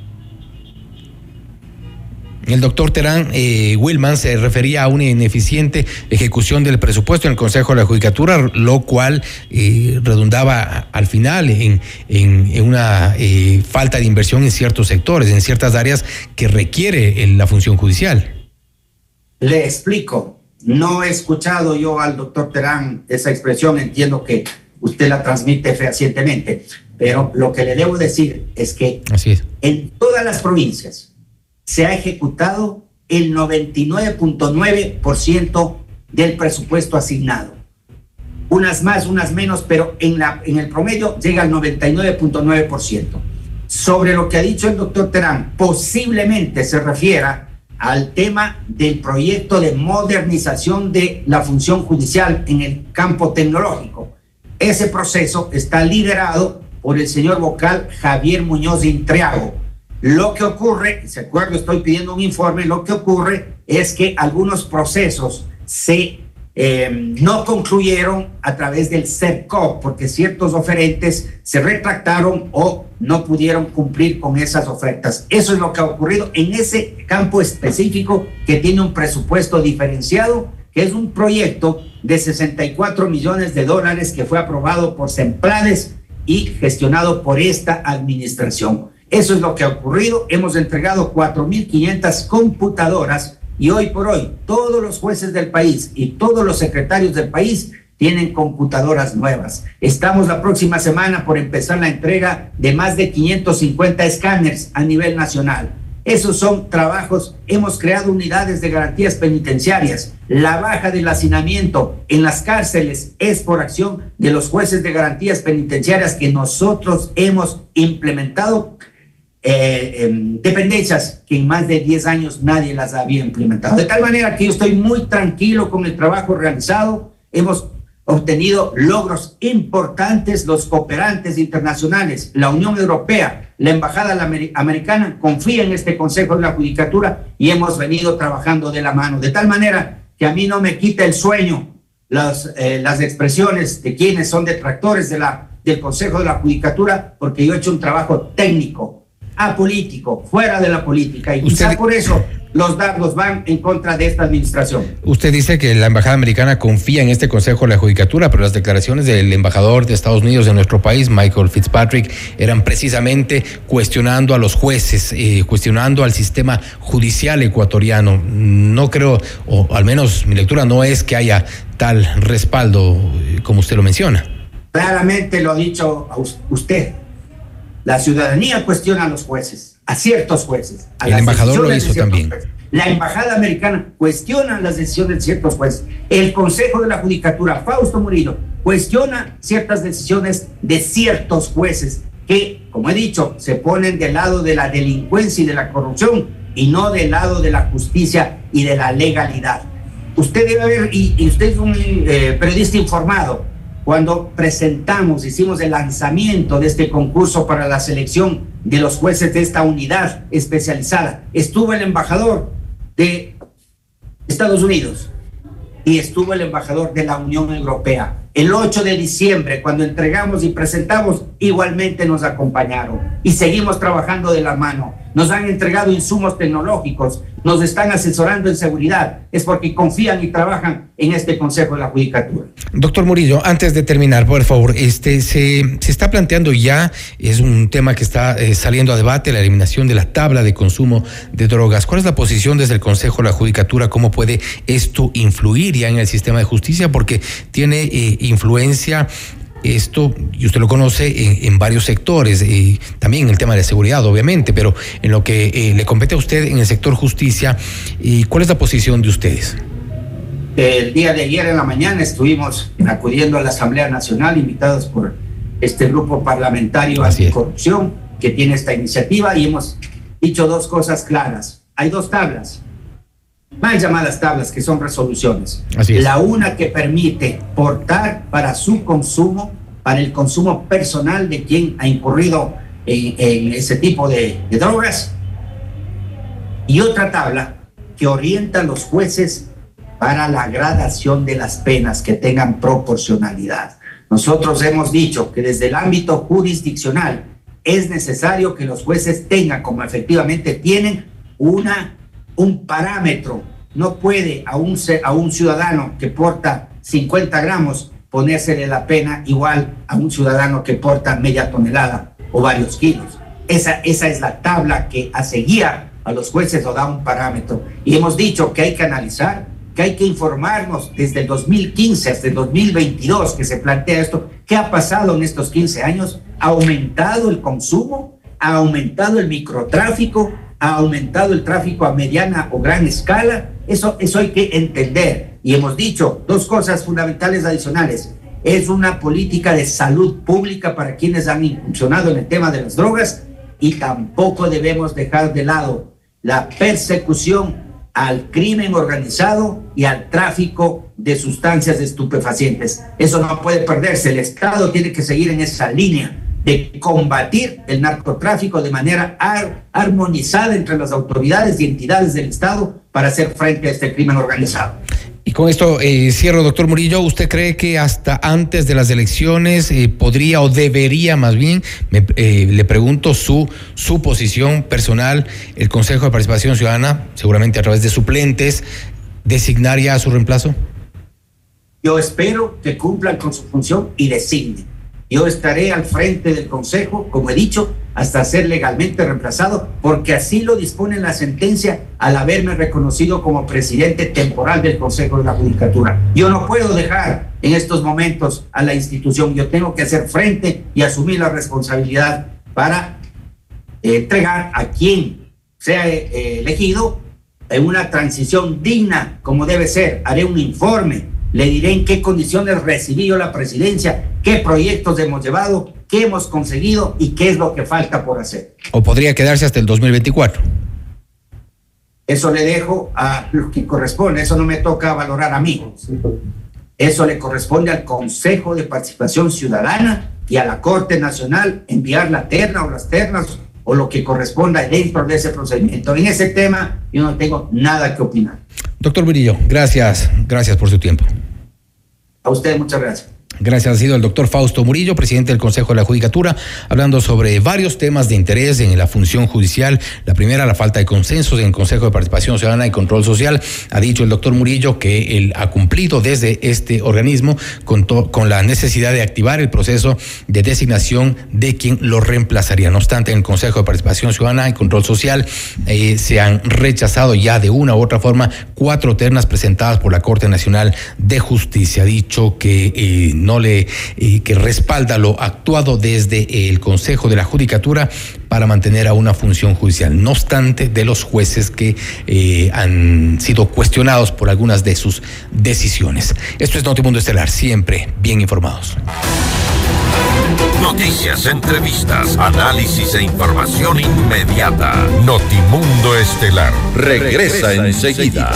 El doctor Terán, eh, Wilman, se refería a una ineficiente ejecución del presupuesto en el Consejo de la Judicatura, lo cual eh, redundaba al final en, en, en una eh, falta de inversión en ciertos sectores, en ciertas áreas que requiere en la función judicial. Le explico. No he escuchado yo al doctor Terán esa expresión, entiendo que usted la transmite fehacientemente, pero lo que le debo decir es que Así es. En todas las provincias se ha ejecutado el noventa y nueve punto nueve por ciento del presupuesto asignado. Unas más, unas menos, pero en, la, en el promedio llega al noventa y nueve punto nueve por ciento. Sobre lo que ha dicho el doctor Terán, posiblemente se refiera al tema del proyecto de modernización de la función judicial en el campo tecnológico. Ese proceso está liderado por el señor vocal Javier Muñoz Intriago. Lo que ocurre, se acuerdo, estoy pidiendo un informe, lo que ocurre es que algunos procesos se eh, no concluyeron a través del CERCOP, porque ciertos oferentes se retractaron o no pudieron cumplir con esas ofertas. Eso es lo que ha ocurrido en ese campo específico que tiene un presupuesto diferenciado, que es un proyecto de sesenta y cuatro millones de dólares que fue aprobado por Semplades y gestionado por esta administración. Eso es lo que ha ocurrido. Hemos entregado cuatro mil quinientas computadoras y hoy por hoy todos los jueces del país y todos los secretarios del país tienen computadoras nuevas. Estamos la próxima semana por empezar la entrega de más de quinientos cincuenta escáneres a nivel nacional. Esos son trabajos. Hemos creado unidades de garantías penitenciarias. La baja del hacinamiento en las cárceles es por acción de los jueces de garantías penitenciarias que nosotros hemos implementado. Eh, eh, dependencias que en más de diez años nadie las había implementado. De tal manera que yo estoy muy tranquilo con el trabajo realizado. Hemos obtenido logros importantes. Los cooperantes internacionales, la Unión Europea, la Embajada Americana confía en este Consejo de la Judicatura y hemos venido trabajando de la mano. De tal manera que a mí no me quita el sueño las, eh, las expresiones de quienes son detractores de la, del Consejo de la Judicatura, porque yo he hecho un trabajo técnico, apolítico, fuera de la política, y quizá por eso los dardos van en contra de esta administración. Usted dice que la embajada americana confía en este Consejo de la Judicatura, pero las declaraciones del embajador de Estados Unidos en nuestro país, Michael Fitzpatrick, eran precisamente cuestionando a los jueces, eh, cuestionando al sistema judicial ecuatoriano. No creo, o al menos mi lectura no es que haya tal respaldo eh, como usted lo menciona. Claramente lo ha dicho usted. La ciudadanía cuestiona a los jueces, a ciertos jueces. A El embajador lo hizo también. Jueces. La embajada americana cuestiona las decisiones de ciertos jueces. El Consejo de la Judicatura, Fausto Murillo, cuestiona ciertas decisiones de ciertos jueces que, como he dicho, se ponen del lado de la delincuencia y de la corrupción y no del lado de la justicia y de la legalidad. Usted debe haber, y, y usted es un eh, periodista informado, cuando presentamos, hicimos el lanzamiento de este concurso para la selección de los jueces de esta unidad especializada, estuvo el embajador de Estados Unidos y estuvo el embajador de la Unión Europea. El ocho de diciembre, cuando entregamos y presentamos, igualmente nos acompañaron y seguimos trabajando de la mano. Nos han entregado insumos tecnológicos, nos están asesorando en seguridad, es porque confían y trabajan en este Consejo de la Judicatura. Doctor Murillo, antes de terminar, por favor, este se, se está planteando ya, es un tema que está eh, saliendo a debate, la eliminación de la tabla de consumo de drogas. ¿Cuál es la posición desde el Consejo de la Judicatura? ¿Cómo puede esto influir ya en el sistema de justicia? Porque tiene eh, influencia esto, y usted lo conoce, en, en varios sectores, y también en el tema de seguridad, obviamente, pero en lo que eh, le compete a usted en el sector justicia, ¿y cuál es la posición de ustedes? El día de ayer en la mañana estuvimos acudiendo a la Asamblea Nacional, invitados por este grupo parlamentario anticorrupción que tiene esta iniciativa, y hemos dicho dos cosas claras. Hay dos tablas, mal llamadas tablas, que son resoluciones. La una que permite portar para su consumo, para el consumo personal de quien ha incurrido en, en ese tipo de, de drogas, y otra tabla que orienta a los jueces para la gradación de las penas que tengan proporcionalidad. Nosotros hemos dicho que desde el ámbito jurisdiccional es necesario que los jueces tengan, como efectivamente tienen, una un parámetro. No puede a un, a un ciudadano que porta cincuenta gramos ponérsele la pena igual a un ciudadano que porta media tonelada o varios kilos. Esa, esa es la tabla que hace guía a los jueces o da un parámetro. Y hemos dicho que hay que analizar, que hay que informarnos desde el dos mil quince hasta el dos mil veintidós que se plantea esto. ¿Qué ha pasado en estos quince años? ¿Ha aumentado el consumo? ¿Ha aumentado el microtráfico? ¿Ha aumentado el tráfico a mediana o gran escala? Eso, eso hay que entender. Y hemos dicho dos cosas fundamentales adicionales. Es una política de salud pública para quienes han incursionado en el tema de las drogas, y tampoco debemos dejar de lado la persecución al crimen organizado y al tráfico de sustancias estupefacientes. Eso no puede perderse. El Estado tiene que seguir en esa línea de combatir el narcotráfico de manera ar- armonizada entre las autoridades y entidades del Estado para hacer frente a este crimen organizado. Y con esto eh, cierro, doctor Murillo. ¿Usted cree que hasta antes de las elecciones eh, podría o debería, más bien, me, eh, le pregunto su, su posición personal, el Consejo de Participación Ciudadana, seguramente a través de suplentes, designar ya a su reemplazo? Yo espero que cumplan con su función y designen. Yo estaré al frente del Consejo, como he dicho, hasta ser legalmente reemplazado, porque así lo dispone la sentencia al haberme reconocido como presidente temporal del Consejo de la Judicatura. Yo no puedo dejar en estos momentos a la institución. Yo tengo que hacer frente y asumir la responsabilidad para eh, entregar a quien sea eh, elegido en una transición digna, como debe ser. Haré un informe. Le diré en qué condiciones recibí yo la presidencia, qué proyectos hemos llevado, qué hemos conseguido y qué es lo que falta por hacer. ¿O podría quedarse hasta el dos mil veinticuatro? Eso le dejo a lo que corresponde, eso no me toca valorar a mí. Eso le corresponde al Consejo de Participación Ciudadana y a la Corte Nacional enviar la terna o las ternas o lo que corresponda dentro de ese procedimiento. En ese tema yo no tengo nada que opinar. Doctor Murillo, gracias, gracias por su tiempo. A usted muchas gracias. Gracias, ha sido el doctor Fausto Murillo, presidente del Consejo de la Judicatura, hablando sobre varios temas de interés en la función judicial. La primera, la falta de consensos en el Consejo de Participación Ciudadana y Control Social. Ha dicho el doctor Murillo que él ha cumplido desde este organismo con, to- con la necesidad de activar el proceso de designación de quien lo reemplazaría. No obstante, en el Consejo de Participación Ciudadana y Control Social eh, se han rechazado ya de una u otra forma cuatro ternas presentadas por la Corte Nacional de Justicia. Ha dicho que eh, no le eh, que respalda lo actuado desde el Consejo de la Judicatura para mantener a una función judicial, no obstante de los jueces que eh, han sido cuestionados por algunas de sus decisiones. Esto es Notimundo Estelar, siempre bien informados. Noticias, entrevistas, análisis e información inmediata. Notimundo Estelar regresa enseguida.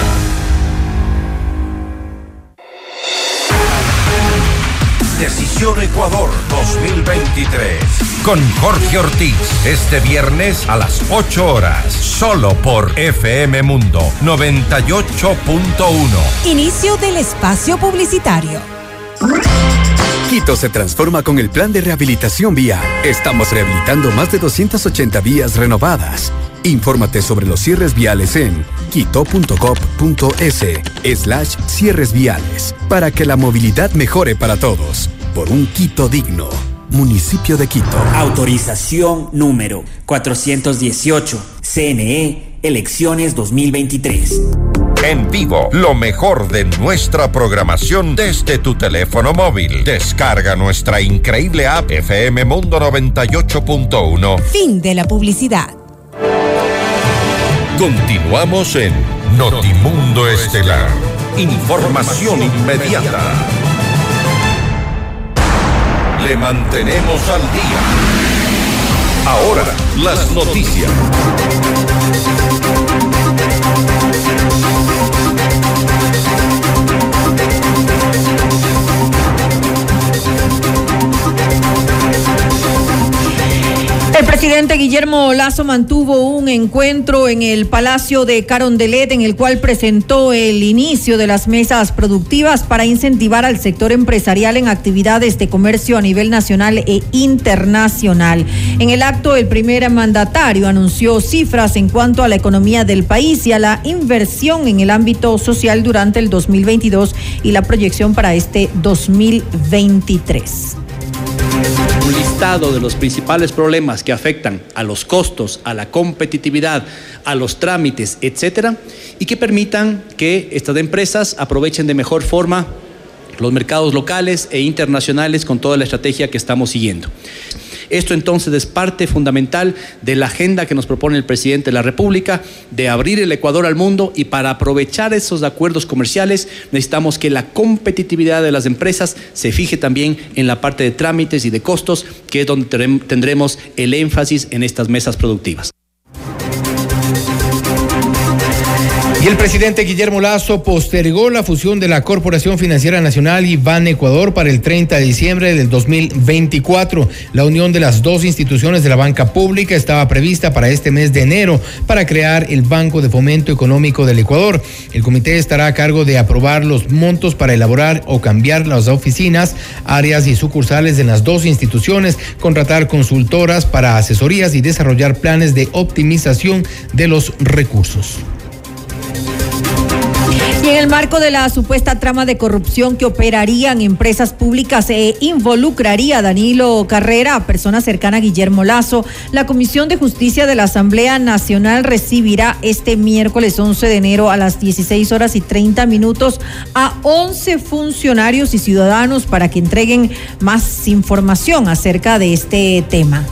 Decisión Ecuador dos mil veintitrés. Con Jorge Ortiz, este viernes a las ocho horas, solo por F M Mundo noventa y ocho punto uno. Inicio del espacio publicitario. Quito se transforma con el plan de rehabilitación vial. Estamos rehabilitando más de doscientas ochenta vías renovadas. Infórmate sobre los cierres viales en quito.gov.es slash cierres viales para que la movilidad mejore para todos. Por un Quito digno. Municipio de Quito. Autorización número cuatrocientos dieciocho. C N E, elecciones dos mil veintitrés. En vivo, lo mejor de nuestra programación desde tu teléfono móvil. Descarga nuestra increíble app F M Mundo noventa y ocho punto uno. Fin de la publicidad. Continuamos en Notimundo Estelar. Información inmediata. Le mantenemos al día. Ahora, las noticias. El presidente Guillermo Lasso mantuvo un encuentro en el Palacio de Carondelet en el cual presentó el inicio de las mesas productivas para incentivar al sector empresarial en actividades de comercio a nivel nacional e internacional. En el acto, el primer mandatario anunció cifras en cuanto a la economía del país y a la inversión en el ámbito social durante el dos mil veintidós y la proyección para este dos mil veintitrés. Un listado de los principales problemas que afectan a los costos, a la competitividad, a los trámites, etcétera, y que permitan que estas empresas aprovechen de mejor forma los mercados locales e internacionales con toda la estrategia que estamos siguiendo. Esto entonces es parte fundamental de la agenda que nos propone el presidente de la República de abrir el Ecuador al mundo, y para aprovechar esos acuerdos comerciales necesitamos que la competitividad de las empresas se fije también en la parte de trámites y de costos, que es donde tendremos el énfasis en estas mesas productivas. Y el presidente Guillermo Lasso postergó la fusión de la Corporación Financiera Nacional y Ban Ecuador para el treinta de diciembre del dos mil veinticuatro. La unión de las dos instituciones de la banca pública estaba prevista para este mes de enero para crear el Banco de Fomento Económico del Ecuador. El comité estará a cargo de aprobar los montos para elaborar o cambiar las oficinas, áreas y sucursales en las dos instituciones, contratar consultoras para asesorías y desarrollar planes de optimización de los recursos. Y en el marco de la supuesta trama de corrupción que operarían empresas públicas e involucraría a Danilo Carrera, persona cercana a Guillermo Lasso, la Comisión de Justicia de la Asamblea Nacional recibirá este miércoles once de enero a las dieciséis horas y treinta minutos a once funcionarios y ciudadanos para que entreguen más información acerca de este tema.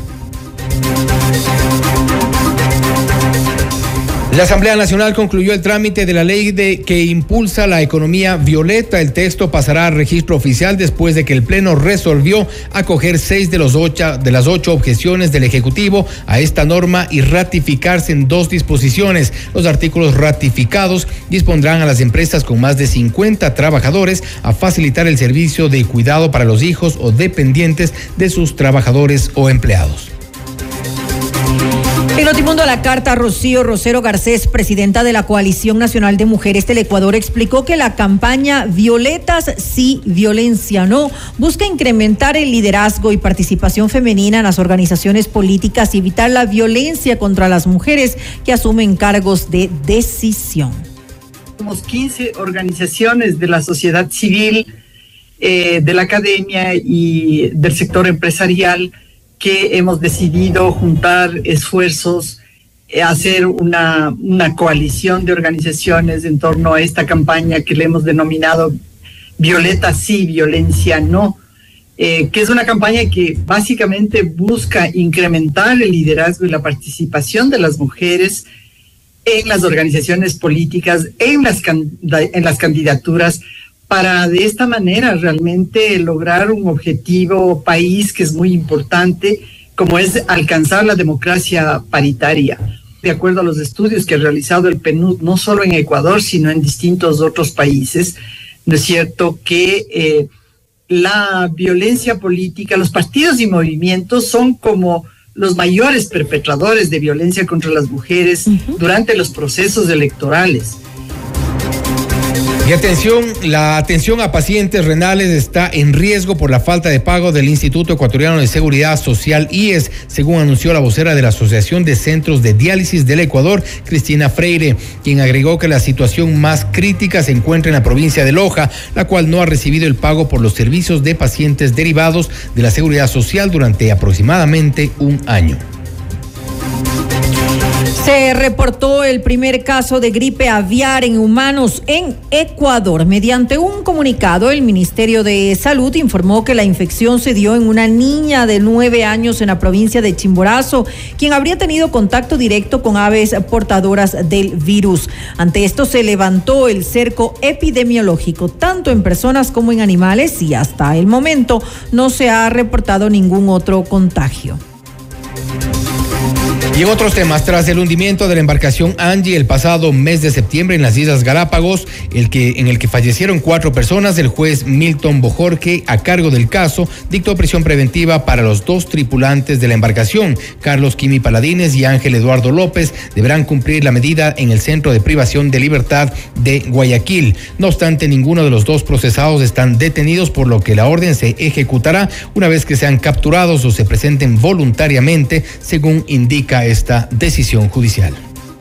La Asamblea Nacional concluyó el trámite de la ley de que impulsa la economía violeta. El texto pasará a registro oficial después de que el Pleno resolvió acoger seis de los ocho de las ocho objeciones del Ejecutivo a esta norma y ratificarse en dos disposiciones. Los artículos ratificados dispondrán a las empresas con más de cincuenta trabajadores a facilitar el servicio de cuidado para los hijos o dependientes de sus trabajadores o empleados. En Notimundo a la carta, Rocío Rosero Garcés, presidenta de la Coalición Nacional de Mujeres del Ecuador, explicó que la campaña Violetas sí, violencia no busca incrementar el liderazgo y participación femenina en las organizaciones políticas y evitar la violencia contra las mujeres que asumen cargos de decisión. Somos quince organizaciones de la sociedad civil, eh, de la academia y del sector empresarial que hemos decidido juntar esfuerzos, eh, hacer una, una coalición de organizaciones en torno a esta campaña que le hemos denominado Violeta sí, violencia no, eh, que es una campaña que básicamente busca incrementar el liderazgo y la participación de las mujeres en las organizaciones políticas, en las, en las candidaturas, para de esta manera realmente lograr un objetivo país que es muy importante, como es alcanzar la democracia paritaria. De acuerdo a los estudios que ha realizado el P N U D, no solo en Ecuador, sino en distintos otros países, ¿no es cierto?, que eh, la violencia política, los partidos y movimientos son como los mayores perpetradores de violencia contra las mujeres uh-huh. durante los procesos electorales. Y atención, la atención a pacientes renales está en riesgo por la falta de pago del Instituto Ecuatoriano de Seguridad Social, I E S, según anunció la vocera de la Asociación de Centros de Diálisis del Ecuador, Cristina Freire, quien agregó que la situación más crítica se encuentra en la provincia de Loja, la cual no ha recibido el pago por los servicios de pacientes derivados de la Seguridad Social durante aproximadamente un año. Se reportó el primer caso de gripe aviar en humanos en Ecuador. Mediante un comunicado, el Ministerio de Salud informó que la infección se dio en una niña de nueve años en la provincia de Chimborazo, quien habría tenido contacto directo con aves portadoras del virus. Ante esto se levantó el cerco epidemiológico, tanto en personas como en animales, y hasta el momento no se ha reportado ningún otro contagio. Y en otros temas, tras el hundimiento de la embarcación Angie el pasado mes de septiembre en las Islas Galápagos, el que, en el que fallecieron cuatro personas, el juez Milton Bojorque, a cargo del caso, dictó prisión preventiva para los dos tripulantes de la embarcación. Carlos Quimi Paladines y Ángel Eduardo López deberán cumplir la medida en el Centro de Privación de Libertad de Guayaquil. No obstante, ninguno de los dos procesados están detenidos, por lo que la orden se ejecutará una vez que sean capturados o se presenten voluntariamente, según indica esta decisión judicial.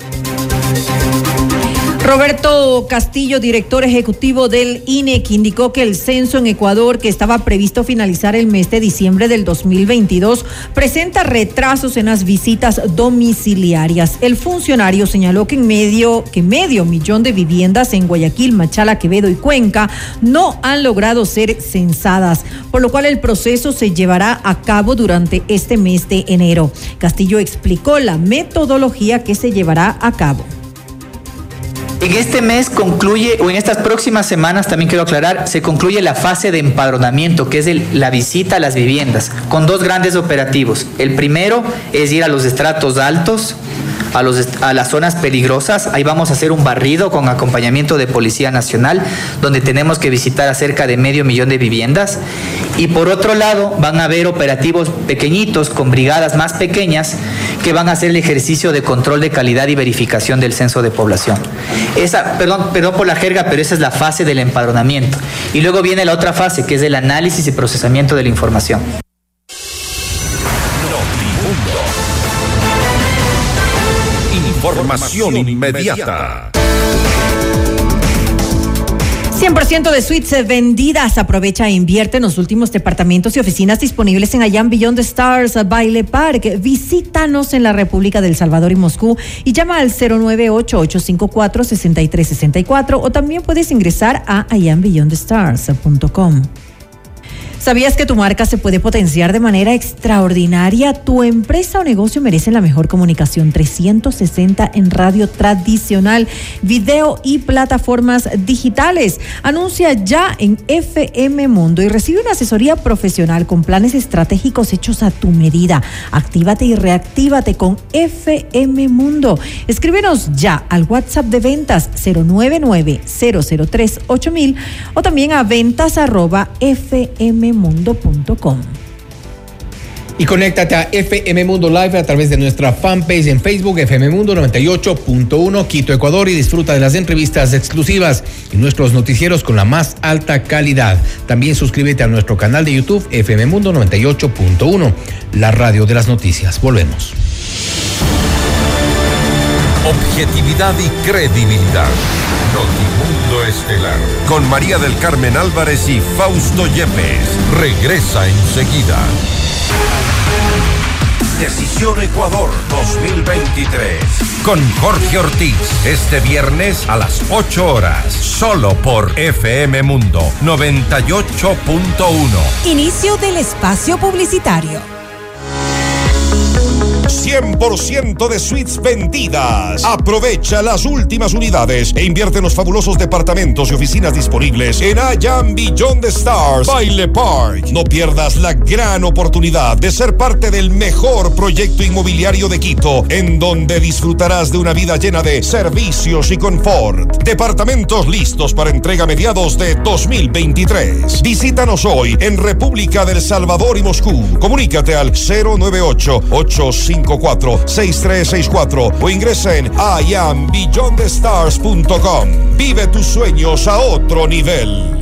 Roberto Castillo, director ejecutivo del I N E C, indicó que el censo en Ecuador, que estaba previsto finalizar el mes de diciembre del dos mil veintidós, presenta retrasos en las visitas domiciliarias. El funcionario señaló que en medio, que medio millón de viviendas en Guayaquil, Machala, Quevedo y Cuenca no han logrado ser censadas, por lo cual el proceso se llevará a cabo durante este mes de enero. Castillo explicó la metodología que se llevará a cabo. En este mes concluye, o en estas próximas semanas, también quiero aclarar, se concluye la fase de empadronamiento, que es el, la visita a las viviendas, con dos grandes operativos. El primero es ir a los estratos altos, a, los, a las zonas peligrosas. Ahí vamos a hacer un barrido con acompañamiento de Policía Nacional, donde tenemos que visitar a cerca de medio millón de viviendas. Y por otro lado, van a haber operativos pequeñitos, con brigadas más pequeñas, que van a hacer el ejercicio de control de calidad y verificación del censo de población. Esa, perdón, perdón por la jerga, pero esa es la fase del empadronamiento. Y luego viene la otra fase, que es el análisis y procesamiento de la información. Información inmediata. cien por ciento de suites vendidas. Aprovecha e invierte en los últimos departamentos y oficinas disponibles en Allan Beyond the Stars Baile Park. Visítanos en la República del Salvador y Moscú y llama al cero nueve ocho, ocho cinco cuatro, seis tres seis cuatro, o también puedes ingresar a allan beyond the stars punto com. ¿Sabías que tu marca se puede potenciar de manera extraordinaria? Tu empresa o negocio merecen la mejor comunicación trescientos sesenta en radio tradicional, video y plataformas digitales. Anuncia ya en F M Mundo y recibe una asesoría profesional con planes estratégicos hechos a tu medida. Actívate y reactívate con F M Mundo. Escríbenos ya al WhatsApp de ventas cero nueve nueve, cero cero tres, ocho mil o también a ventas arroba f m mundo punto com. Y conéctate a F M Mundo Live a través de nuestra fanpage en Facebook, F M Mundo noventa y ocho punto uno, Quito, Ecuador, y disfruta de las entrevistas exclusivas y nuestros noticieros con la más alta calidad. También suscríbete a nuestro canal de YouTube, F M Mundo noventa y ocho punto uno, la radio de las noticias. Volvemos. Objetividad y credibilidad. Notimundo Estelar. Con María del Carmen Álvarez y Fausto Yepes. Regresa enseguida. Decisión Ecuador dos mil veintitrés. Con Jorge Ortiz. Este viernes a las ocho horas. Solo por F M Mundo noventa y ocho punto uno. Inicio del espacio publicitario. cien por ciento de suites vendidas. Aprovecha las últimas unidades e invierte en los fabulosos departamentos y oficinas disponibles en I Am Beyond the Stars Baile Park. No pierdas la gran oportunidad de ser parte del mejor proyecto inmobiliario de Quito, en donde disfrutarás de una vida llena de servicios y confort. Departamentos listos para entrega a mediados de dos mil veintitrés. Visítanos hoy en República del Salvador y Moscú. Comunícate al cero nueve ocho, ocho cinco cuatro, seis tres seis cuatro o ingresa en I am beyond the stars punto com. Vive tus sueños a otro nivel.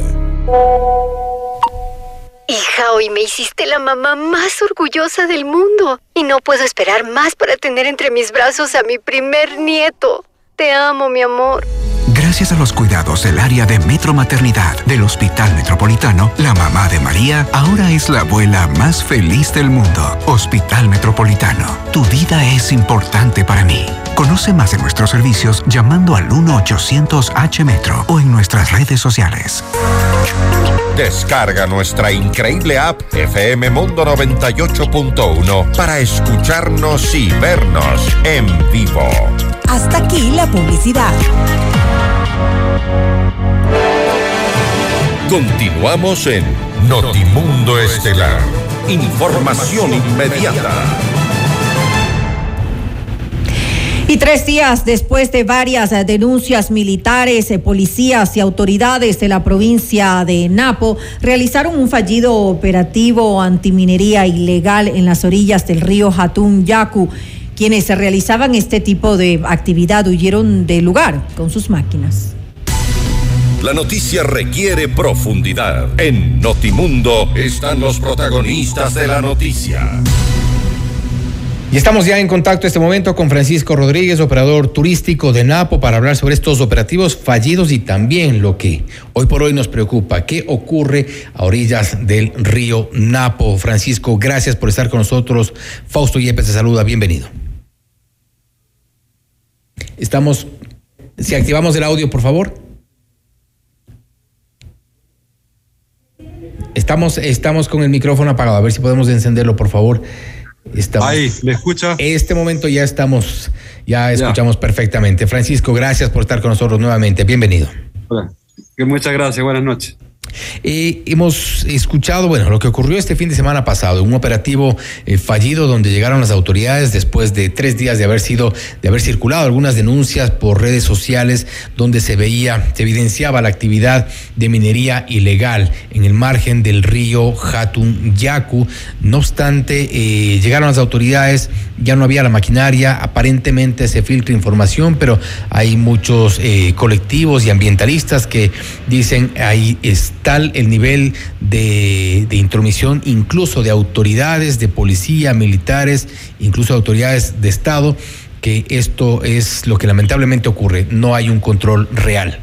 Hija, hoy me hiciste la mamá más orgullosa del mundo y no puedo esperar más para tener entre mis brazos a mi primer nieto. Te amo, mi amor. Gracias a los cuidados del área de Metro Maternidad del Hospital Metropolitano, la mamá de María ahora es la abuela más feliz del mundo. Hospital Metropolitano, tu vida es importante para mí. Conoce más de nuestros servicios llamando al uno ochocientos H Metro o en nuestras redes sociales. Descarga nuestra increíble app F M Mundo noventa y ocho punto uno para escucharnos y vernos en vivo. Hasta aquí la publicidad. Continuamos en Notimundo Estelar. Información inmediata. Y tres días después de varias denuncias, militares, policías y autoridades de la provincia de Napo realizaron un fallido operativo antiminería ilegal en las orillas del río Hatun Yaku. Quienes se realizaban este tipo de actividad huyeron del lugar con sus máquinas. La noticia requiere profundidad. En Notimundo están los protagonistas de la noticia. Y estamos ya en contacto en este momento con Francisco Rodríguez, operador turístico de Napo, para hablar sobre estos operativos fallidos y también lo que hoy por hoy nos preocupa, qué ocurre a orillas del río Napo. Francisco, gracias por estar con nosotros. Fausto Yepes te saluda, bienvenido. Estamos, si activamos el audio, por favor. Estamos, estamos con el micrófono apagado, a ver si podemos encenderlo, por favor. Estamos, Ahí, ¿me escucha? En este momento ya estamos, ya escuchamos ya. perfectamente. Francisco, gracias por estar con nosotros nuevamente. Bienvenido. Hola. Muchas gracias, buenas noches. Eh, hemos escuchado, bueno, lo que ocurrió este fin de semana pasado, un operativo eh, fallido donde llegaron las autoridades después de tres días de haber sido, de haber circulado algunas denuncias por redes sociales donde se veía, se evidenciaba la actividad de minería ilegal en el margen del río Hatun Yaku. No obstante, eh, llegaron las autoridades, ya no había la maquinaria, aparentemente se filtra información, pero hay muchos eh, colectivos y ambientalistas que dicen ahí está tal el nivel de, de intromisión, incluso de autoridades de policía, militares, incluso autoridades de Estado, que esto es lo que lamentablemente ocurre, no hay un control real.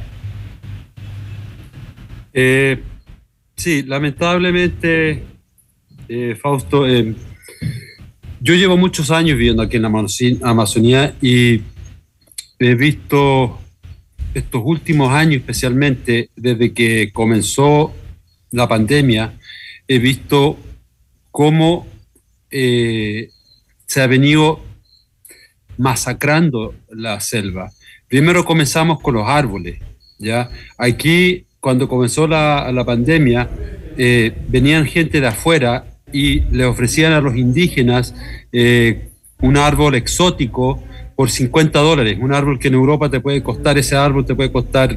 Eh, sí, lamentablemente, eh, Fausto, eh, yo llevo muchos años viviendo aquí en la Amazonía y he visto estos últimos años, especialmente desde que comenzó la pandemia, he visto cómo eh, se ha venido masacrando la selva. Primero comenzamos con los árboles, ¿ya? Aquí, cuando comenzó la, la pandemia, eh, venían gente de afuera y le ofrecían a los indígenas eh, un árbol exótico por cincuenta dólares, un árbol que en Europa te puede costar, ese árbol te puede costar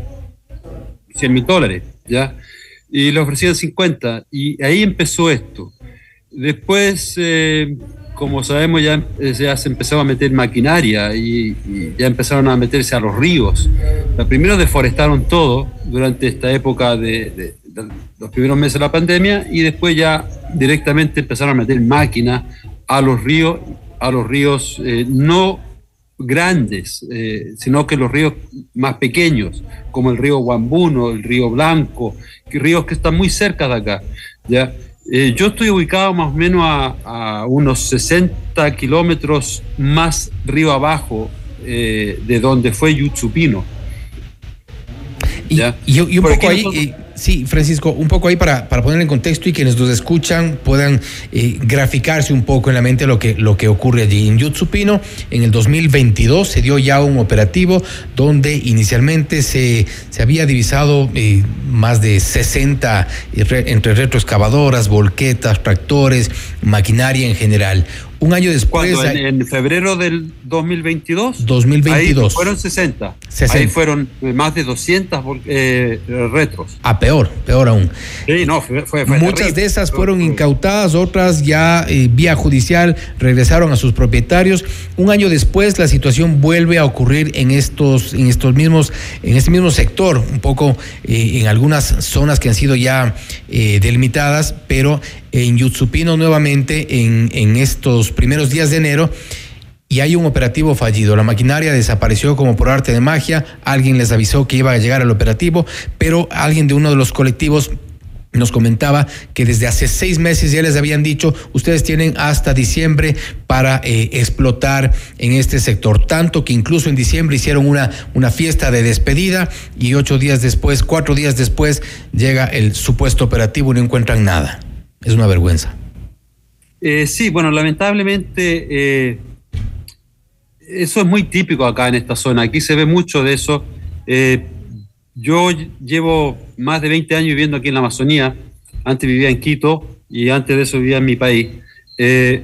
cien mil dólares, ¿ya? Y le ofrecían cincuenta, y ahí empezó esto. después, eh, como sabemos, ya, ya se empezó a meter maquinaria y, y ya empezaron a meterse a los ríos. Primero deforestaron todo durante esta época de, de, de los primeros meses de la pandemia, y después ya directamente empezaron a meter máquinas a los ríos, a los ríos eh, no grandes, eh, sino que los ríos más pequeños, como el río Guambuno, el río Blanco, que ríos que están muy cerca de acá, ¿ya? Eh, yo estoy ubicado más o menos a, a unos sesenta kilómetros más río abajo eh, de donde fue Yutsupino. Y, y, y un Por poco ahí, nosotros... eh, sí, Francisco, un poco ahí para, para poner en contexto y quienes nos escuchan puedan eh, graficarse un poco en la mente lo que, lo que ocurre allí. En Yutsupino, en el dos mil veintidós, se dio ya un operativo donde inicialmente se, se había divisado eh, más de sesenta eh, re, entre retroexcavadoras, volquetas, tractores, maquinaria en general. Un año después... ¿Cuándo? ¿En, en febrero del dos mil veintidós? dos mil veintidós. Ahí fueron sesenta. sesenta. Ahí fueron más de doscientas eh, retros. Ah, peor, peor aún. Sí, no, fue, fue, fue Muchas terrible. de esas fueron incautadas, otras ya eh, vía judicial regresaron a sus propietarios. Un año después la situación vuelve a ocurrir en estos, en estos mismos, en este mismo sector, un poco eh, en algunas zonas que han sido ya eh, delimitadas, pero en Yutsupino nuevamente en, en estos primeros días de enero, y hay un operativo fallido. La maquinaria desapareció como por arte de magia. Alguien les avisó que iba a llegar al operativo, pero alguien de uno de los colectivos nos comentaba que desde hace seis meses ya les habían dicho: ustedes tienen hasta diciembre para eh, explotar en este sector, tanto que incluso en diciembre hicieron una, una fiesta de despedida, y ocho días después, cuatro días después, llega el supuesto operativo y no encuentran nada. Es una vergüenza. Eh, sí, bueno, lamentablemente eh, eso es muy típico acá en esta zona. Aquí se ve mucho de eso. Eh, yo llevo más de veinte años viviendo aquí en la Amazonía. Antes vivía en Quito y antes de eso vivía en mi país. Eh,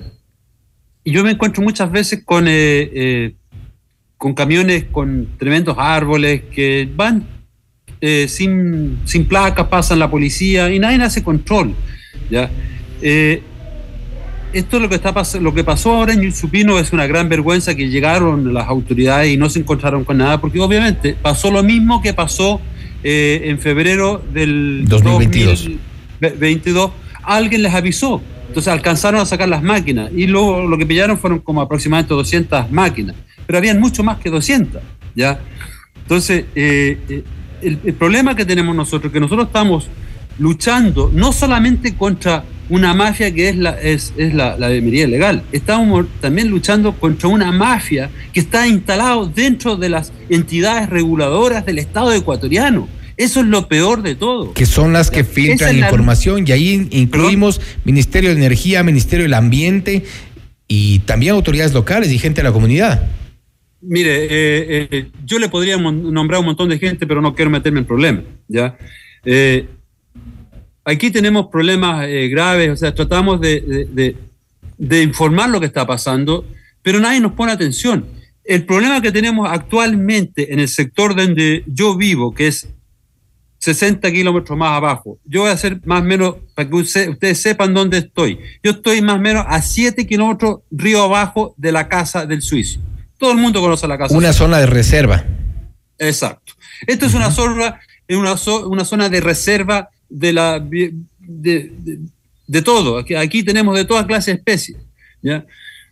y yo me encuentro muchas veces con, eh, eh, con camiones con tremendos árboles que van eh, sin, sin placas, pasan la policía y nadie hace control. ¿Ya? Eh, esto es lo que está pas- lo que pasó ahora en Yutsupino. Es una gran vergüenza que llegaron las autoridades y no se encontraron con nada, porque obviamente pasó lo mismo que pasó eh, en febrero del dos mil veintidós. dos mil veintidós. Alguien les avisó, entonces alcanzaron a sacar las máquinas y luego lo que pillaron fueron como aproximadamente doscientas máquinas, pero habían mucho más que doscientas, ¿ya? Entonces eh, eh, el, el problema que tenemos nosotros, que nosotros estamos luchando no solamente contra una mafia que es la, es, es la, la de minería ilegal, estamos también luchando contra una mafia que está instalada dentro de las entidades reguladoras del Estado ecuatoriano. Eso es lo peor de todo. Que son las que filtran la información, y ahí incluimos ¿Perdón? Ministerio de Energía, Ministerio del Ambiente y también autoridades locales y gente de la comunidad. Mire, eh, eh, yo le podría nombrar un montón de gente, pero no quiero meterme en problemas, ¿ya? Eh, Aquí tenemos problemas eh, graves, o sea, tratamos de, de, de, de informar lo que está pasando, pero nadie nos pone atención. El problema que tenemos actualmente en el sector donde yo vivo, que es sesenta kilómetros más abajo, yo voy a hacer más o menos, para que usted, ustedes sepan dónde estoy, yo estoy más o menos a siete kilómetros río abajo de la casa del suizo. Todo el mundo conoce la casa. Una zona de reserva. Exacto. Esto es una zona, una, una zona de reserva de la de, de, de todo. Aquí, aquí tenemos de todas clases de especies, ¿ya?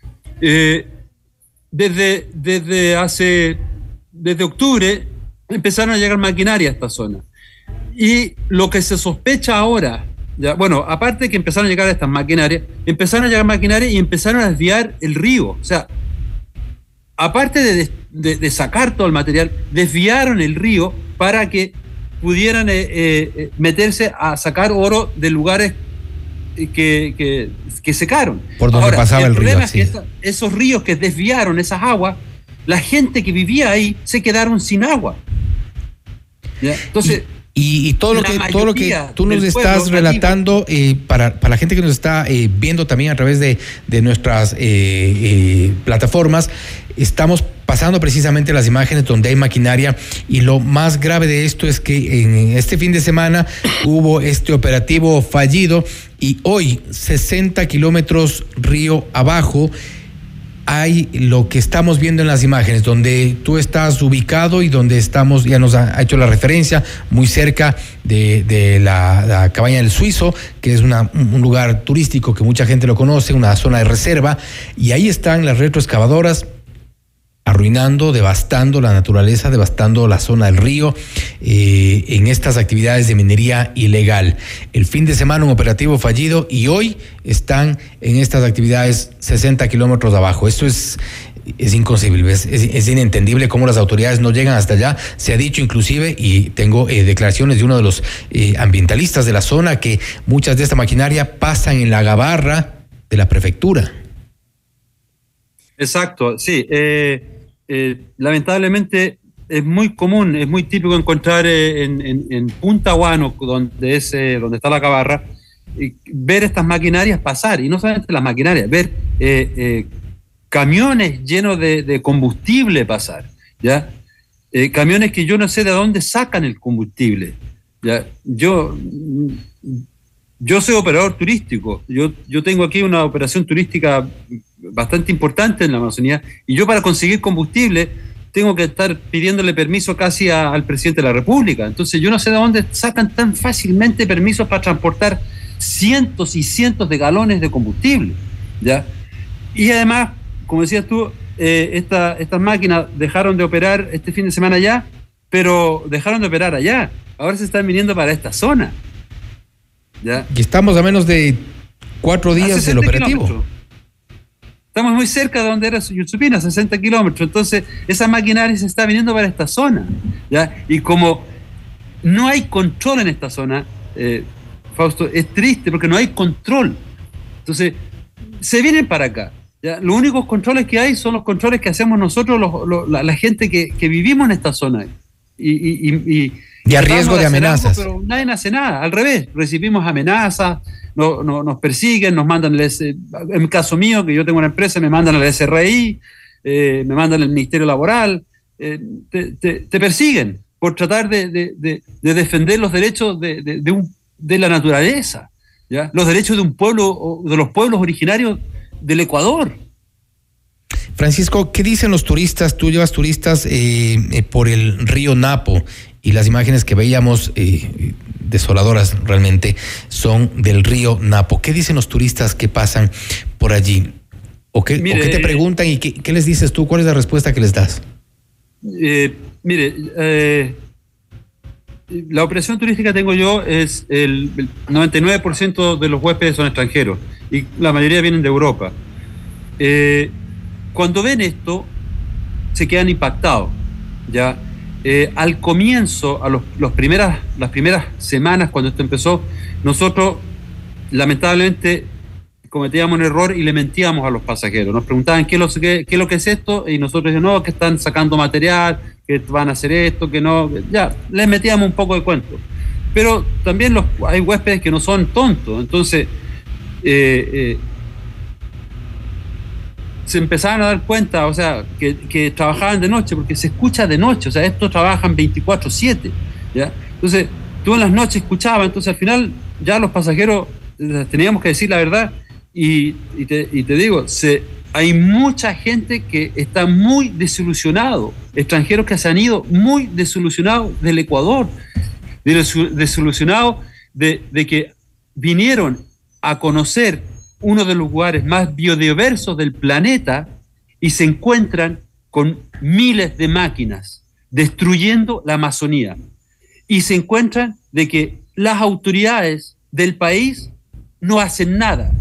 Eh, desde, desde hace desde octubre empezaron a llegar maquinaria a esta zona, y lo que se sospecha ahora, ¿ya? Bueno, aparte de que empezaron a llegar estas maquinarias, empezaron a llegar maquinaria y empezaron a desviar el río. O sea, aparte de, de, de sacar todo el material, desviaron el río para que pudieran eh, eh, meterse a sacar oro de lugares que, que, que secaron. Por donde Ahora, pasaba el, el problema río. Es que esa, esos ríos que desviaron esas aguas, la gente que vivía ahí se quedaron sin agua. ¿Ya? Entonces... Y, y todo lo que todo lo que tú nos estás relatando, eh, para, para la gente que nos está eh, viendo también a través de, de nuestras eh, eh, plataformas, estamos pasando precisamente las imágenes donde hay maquinaria, y lo más grave de esto es que en este fin de semana hubo este operativo fallido y hoy sesenta kilómetros río abajo hay lo que estamos viendo en las imágenes, donde tú estás ubicado y donde estamos, ya nos ha hecho la referencia, muy cerca de, de la, la Cabaña del Suizo, que es una, un lugar turístico que mucha gente lo conoce, una zona de reserva, y ahí están las retroexcavadoras arruinando, devastando la naturaleza, devastando la zona del río, eh, en estas actividades de minería ilegal. El fin de semana un operativo fallido y hoy están en estas actividades sesenta kilómetros abajo. Esto es, es inconcebible, es, es, es inentendible cómo las autoridades no llegan hasta allá. Se ha dicho inclusive, y tengo eh, declaraciones de uno de los eh, ambientalistas de la zona, que muchas de esta maquinaria pasan en la gabarra de la prefectura. Exacto, sí. Eh, eh, lamentablemente es muy común, es muy típico encontrar eh, en, en, en Punta Guano, donde, es, eh, donde está la gabarra, eh, ver estas maquinarias pasar, y no solamente las maquinarias, ver eh, eh, camiones llenos de, de combustible pasar, ¿ya? Eh, camiones que yo no sé de dónde sacan el combustible, ¿ya? Yo... Yo soy operador turístico, yo, yo tengo aquí una operación turística bastante importante en la Amazonía, y yo para conseguir combustible tengo que estar pidiéndole permiso casi a, al presidente de la República. Entonces yo no sé de dónde sacan tan fácilmente permisos para transportar cientos y cientos de galones de combustible, ¿ya? Y además, como decías tú, eh, esta, estas máquinas dejaron de operar este fin de semana allá, pero dejaron de operar allá, ahora se están viniendo para esta zona. ¿Ya? Y estamos a menos de cuatro días del operativo. Kilómetros. Estamos muy cerca de donde era Yusupina, sesenta kilómetros. Entonces, esa maquinaria se está viniendo para esta zona, ¿ya? Y como no hay control en esta zona, eh, Fausto, es triste porque no hay control. Entonces, se vienen para acá, ¿ya? Los únicos controles que hay son los controles que hacemos nosotros, los, los, la, la gente que, que vivimos en esta zona. Y, y, y, y Y a riesgo de amenazas. Algo, pero nadie hace nada, al revés, recibimos amenazas, no, no, nos persiguen, nos mandan el S, en mi caso mío, que yo tengo una empresa, me mandan al S R I, eh, me mandan al Ministerio Laboral, eh, te, te, te persiguen por tratar de, de, de, de defender los derechos de, de, de, un, de la naturaleza, ¿ya? Los derechos de un pueblo, de los pueblos originarios del Ecuador. Francisco, ¿qué dicen los turistas? Tú llevas turistas eh, eh, por el río Napo, y las imágenes que veíamos, eh, desoladoras realmente, son del río Napo. ¿Qué dicen los turistas que pasan por allí? ¿O qué, mire, ¿o qué te preguntan y qué, qué les dices tú? ¿Cuál es la respuesta que les das? Eh, mire, eh, la operación turística tengo yo es el, el noventa y nueve por ciento de los huéspedes son extranjeros y la mayoría vienen de Europa. Eh, cuando ven esto, se quedan impactados, ¿ya? Eh, al comienzo, a los, los primeras, las primeras semanas cuando esto empezó, nosotros lamentablemente cometíamos un error y le mentíamos a los pasajeros. Nos preguntaban qué es lo, qué, qué es, lo que es esto, y nosotros decíamos, no, que están sacando material, que van a hacer esto, que no, ya, les metíamos un poco de cuento. Pero también los, hay huéspedes que no son tontos, entonces eh, eh, se empezaban a dar cuenta, o sea, que, que trabajaban de noche, porque se escucha de noche, o sea, estos trabajan veinticuatro siete, ¿ya? Entonces, tú en las noches escuchabas, entonces al final ya los pasajeros teníamos que decir la verdad, y, y, te, y te digo, se, hay mucha gente que está muy desilusionado, extranjeros que se han ido muy desilusionados del Ecuador, desilusionados de, de que vinieron a conocer uno de los lugares más biodiversos del planeta y se encuentran con miles de máquinas destruyendo la Amazonía, y se encuentran de que las autoridades del país no hacen nada.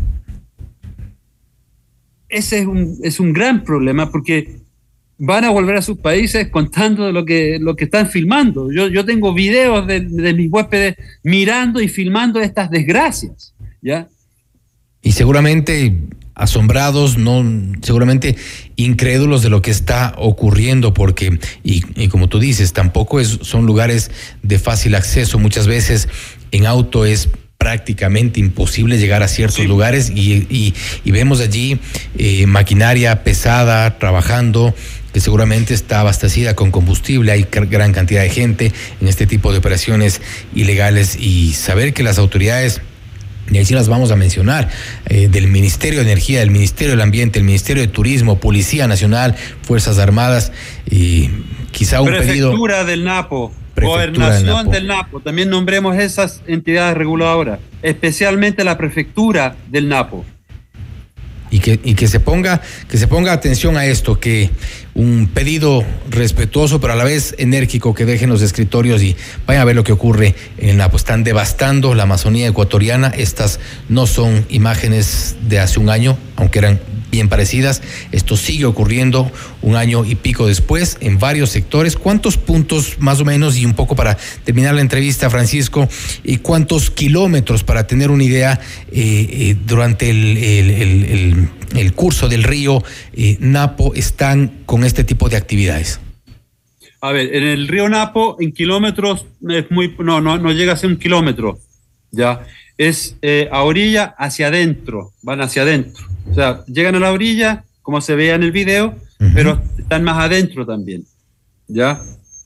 Ese es un, es un gran problema, porque van a volver a sus países contando de lo que, lo que están filmando. Yo, yo tengo videos de, de mis huéspedes mirando y filmando estas desgracias, ¿ya? Y seguramente asombrados, no, seguramente incrédulos de lo que está ocurriendo, porque, y, y como tú dices, tampoco es, son lugares de fácil acceso. Muchas veces en auto es prácticamente imposible llegar a ciertos sí. lugares, y, y, y vemos allí eh, maquinaria pesada trabajando que seguramente está abastecida con combustible, hay gran cantidad de gente en este tipo de operaciones ilegales, y saber que las autoridades, y ahí sí las vamos a mencionar, eh, del Ministerio de Energía, del Ministerio del Ambiente, el Ministerio de Turismo, Policía Nacional, Fuerzas Armadas, y quizá un pedido... Prefectura del Napo, Gobernación del Napo. del Napo, también nombremos esas entidades reguladoras, especialmente la Prefectura del Napo. Y que, y que se ponga, que se ponga atención a esto, que un pedido respetuoso pero a la vez enérgico, que dejen los escritorios y vayan a ver lo que ocurre en el Napo. Están devastando la Amazonía ecuatoriana. Estas no son imágenes de hace un año, aunque eran bien parecidas. Esto sigue ocurriendo un año y pico después en varios sectores. ¿Cuántos puntos más o menos, y un poco para terminar la entrevista, Francisco, y cuántos kilómetros, para tener una idea, eh, eh, durante el, el, el, el, el curso del río eh, Napo están con este tipo de actividades? A ver, en el río Napo, en kilómetros, es muy, no, no, no llega a ser un kilómetro, ya. Es eh, a orilla hacia adentro, van hacia adentro. O sea, llegan a la orilla, como se veía en el video, uh-huh. pero están más adentro también, ¿ya?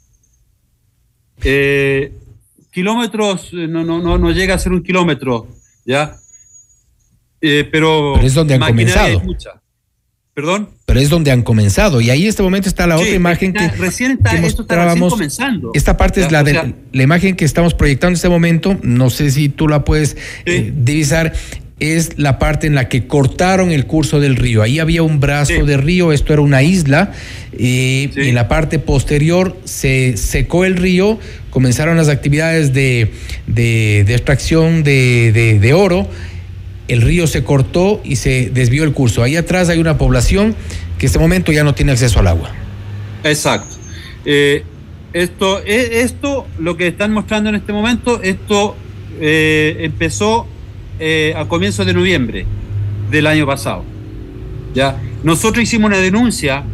Eh, kilómetros, no, no, no, no llega a ser un kilómetro, ¿ya? Eh, pero, pero es donde han comenzado. ¿Perdón? Pero es donde han comenzado, y ahí en este momento está la sí, otra imagen está, que recién está, que esto está recién comenzando. Esta parte ya, es la de sea, la imagen que estamos proyectando en este momento, no sé si tú la puedes sí. eh, divisar, es la parte en la que cortaron el curso del río. Ahí había un brazo sí. de río, esto era una isla, eh, sí. y en la parte posterior se secó el río, comenzaron las actividades de, de, de extracción de, de, de oro. El río se cortó y se desvió el curso. Ahí atrás hay una población que en este momento ya no tiene acceso al agua. Exacto. Eh, esto, esto, lo que están mostrando en este momento, esto eh, empezó eh, a comienzos de noviembre del año pasado. ¿Ya? Nosotros hicimos una denuncia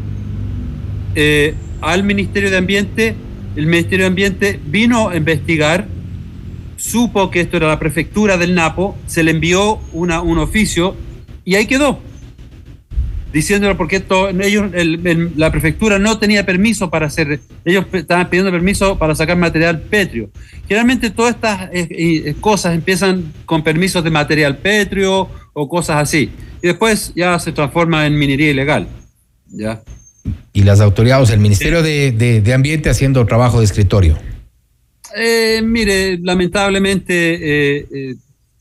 eh, al Ministerio de Ambiente. El Ministerio de Ambiente vino a investigar, supo que esto era la Prefectura del Napo, se le envió una, un oficio y ahí quedó, diciéndolo porque esto, ellos, el, el, la Prefectura no tenía permiso para hacer, ellos estaban pidiendo permiso para sacar material pétreo. Generalmente todas estas eh, eh, cosas empiezan con permisos de material pétreo o cosas así, y después ya se transforma en minería ilegal, ¿ya? Y las autoridades, el Ministerio de, de, de Ambiente haciendo trabajo de escritorio. Eh, mire, lamentablemente, eh, eh,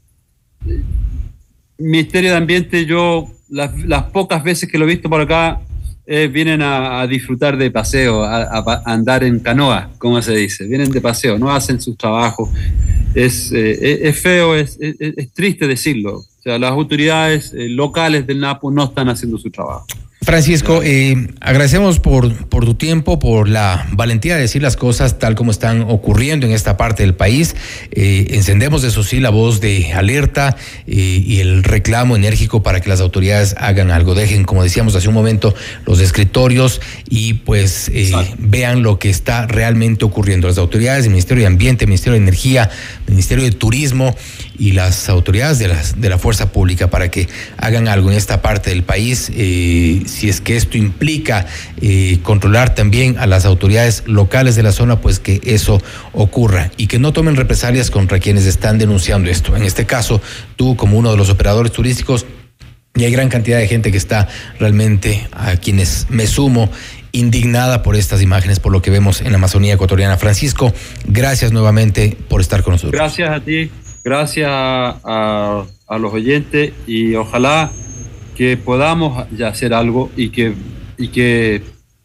eh, Ministerio de Ambiente, yo las, las pocas veces que lo he visto por acá, eh, vienen a, a disfrutar de paseo, a, a andar en canoa, como se dice, vienen de paseo, no hacen sus trabajos. Es, eh, es feo, es, es, es triste decirlo. O sea, las autoridades eh, locales del Napo no están haciendo su trabajo. Francisco, eh, agradecemos por, por tu tiempo, por la valentía de decir las cosas tal como están ocurriendo en esta parte del país. Eh, encendemos, eso sí, la voz de alerta eh, y el reclamo enérgico para que las autoridades hagan algo. Dejen, como decíamos hace un momento, los escritorios y pues eh, vean lo que está realmente ocurriendo. Las autoridades del Ministerio de Ambiente, Ministerio de Energía, Ministerio de Turismo y las autoridades de la, de la Fuerza Pública para que hagan algo en esta parte del país. Eh, si es que esto implica eh, controlar también a las autoridades locales de la zona, pues que eso ocurra y que no tomen represalias contra quienes están denunciando esto. En este caso, tú como uno de los operadores turísticos, y hay gran cantidad de gente que está realmente, a quienes me sumo, indignada por estas imágenes, por lo que vemos en la Amazonía ecuatoriana. Francisco, gracias nuevamente por estar con nosotros. Gracias a ti, gracias a, a, a los oyentes, y ojalá que podamos ya hacer algo y que, y que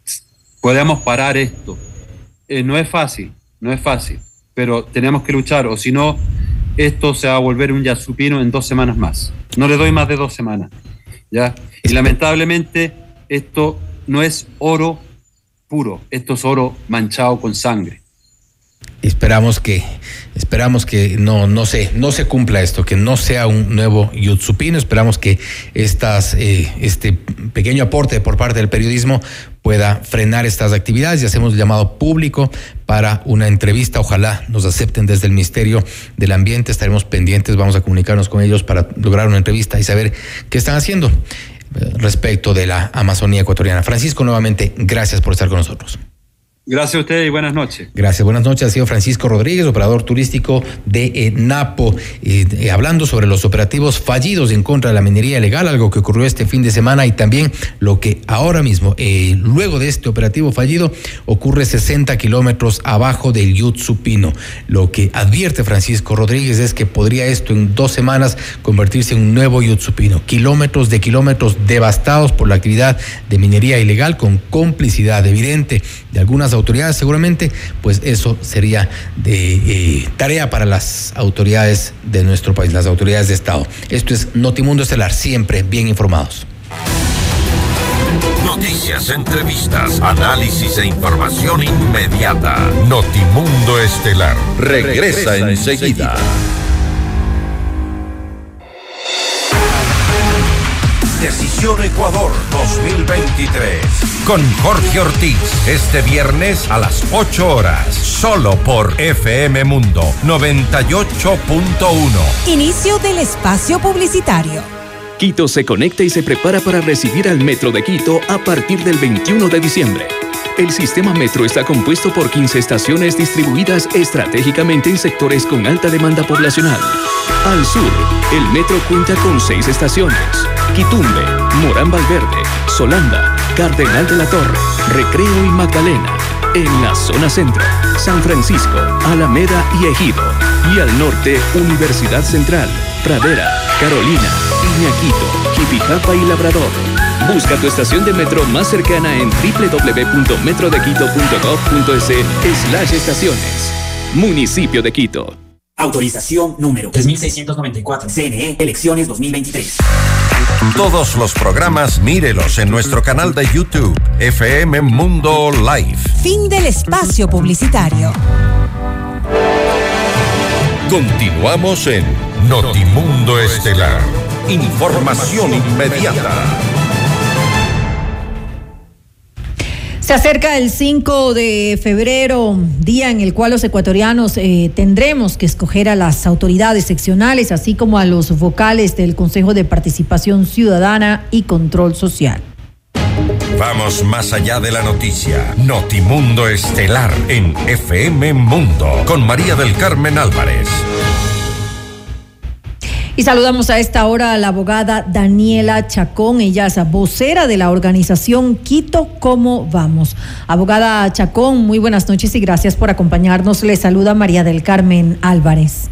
podamos parar esto. Eh, no es fácil, no es fácil, pero tenemos que luchar, o si no, esto se va a volver un yasupino en dos semanas más. No le doy más de dos semanas, ¿ya? Y lamentablemente esto no es oro puro, esto es oro manchado con sangre. Esperamos que esperamos que no no se no se cumpla esto, que no sea un nuevo Yutsupino. Esperamos que estas eh, este pequeño aporte por parte del periodismo pueda frenar estas actividades, y hacemos el llamado público para una entrevista. Ojalá nos acepten desde el Ministerio del Ambiente. Estaremos pendientes, vamos a comunicarnos con ellos para lograr una entrevista y saber qué están haciendo. respecto de la Amazonía ecuatoriana. Francisco, nuevamente, gracias por estar con nosotros. Gracias a ustedes y buenas noches. Gracias, buenas noches. Ha sido Francisco Rodríguez, operador turístico de eh, Napo, eh, eh, hablando sobre los operativos fallidos en contra de la minería ilegal, algo que ocurrió este fin de semana, y también lo que ahora mismo, eh, luego de este operativo fallido, ocurre sesenta kilómetros abajo del Yutsupino. Lo que advierte Francisco Rodríguez es que podría esto en dos semanas convertirse en un nuevo Yutsupino. Kilómetros de kilómetros devastados por la actividad de minería ilegal, con complicidad evidente de algunas autoridades, seguramente, pues eso sería de eh, tarea para las autoridades de nuestro país, las autoridades de Estado. Esto es Notimundo Estelar, siempre bien informados. Noticias, entrevistas, análisis e información inmediata. Notimundo Estelar regresa, regresa enseguida. Decisión Ecuador dos mil veintitrés. Con Jorge Ortiz. Este viernes a las ocho horas. Solo por F M Mundo noventa y ocho punto uno. Inicio del espacio publicitario. Quito se conecta y se prepara para recibir al Metro de Quito a partir del veintiuno de diciembre. El sistema Metro está compuesto por quince estaciones distribuidas estratégicamente en sectores con alta demanda poblacional. Al sur, el Metro cuenta con seis estaciones: Quitumbe, Morán Valverde, Solanda, Cardenal de la Torre, Recreo y Magdalena. En la zona centro, San Francisco, Alameda y Ejido. Y al norte, Universidad Central, Pradera, Carolina, Iñaquito, Jipijapa y Labrador. Busca tu estación de metro más cercana en doble u doble u doble u punto metro de quito punto gov punto es slash estaciones. Municipio de Quito. Autorización número tres mil seiscientos noventa y cuatro. C N E, elecciones dos mil veintitrés. Todos los programas mírelos en nuestro canal de YouTube, F M Mundo Live. Fin del espacio publicitario. Continuamos en Notimundo Estelar. Información inmediata. Se acerca el cinco de febrero, día en el cual los ecuatorianos eh, tendremos que escoger a las autoridades seccionales, así como a los vocales del Consejo de Participación Ciudadana y Control Social. Vamos más allá de la noticia. Notimundo Estelar en F M Mundo con María del Carmen Álvarez. Y saludamos a esta hora a la abogada Daniela Chacón. Ella es vocera de la organización Quito ¿Cómo vamos? Abogada Chacón, muy buenas noches y gracias por acompañarnos. Le saluda María del Carmen Álvarez.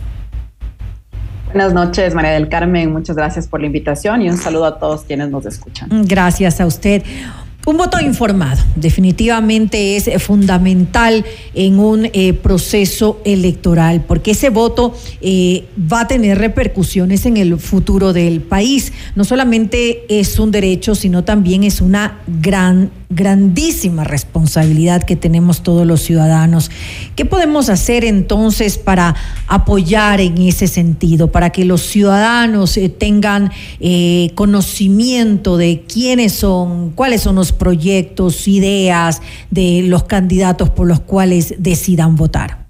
Buenas noches, María del Carmen. Muchas gracias por la invitación y un saludo a todos quienes nos escuchan. Gracias a usted. Un voto informado definitivamente es fundamental en un eh, proceso electoral, porque ese voto eh, va a tener repercusiones en el futuro del país. No solamente es un derecho, sino también es una gran, grandísima responsabilidad que tenemos todos los ciudadanos. ¿Qué podemos hacer entonces para apoyar en ese sentido, para que los ciudadanos eh, tengan eh, conocimiento de quiénes son, cuáles son los proyectos, ideas de los candidatos por los cuales decidan votar?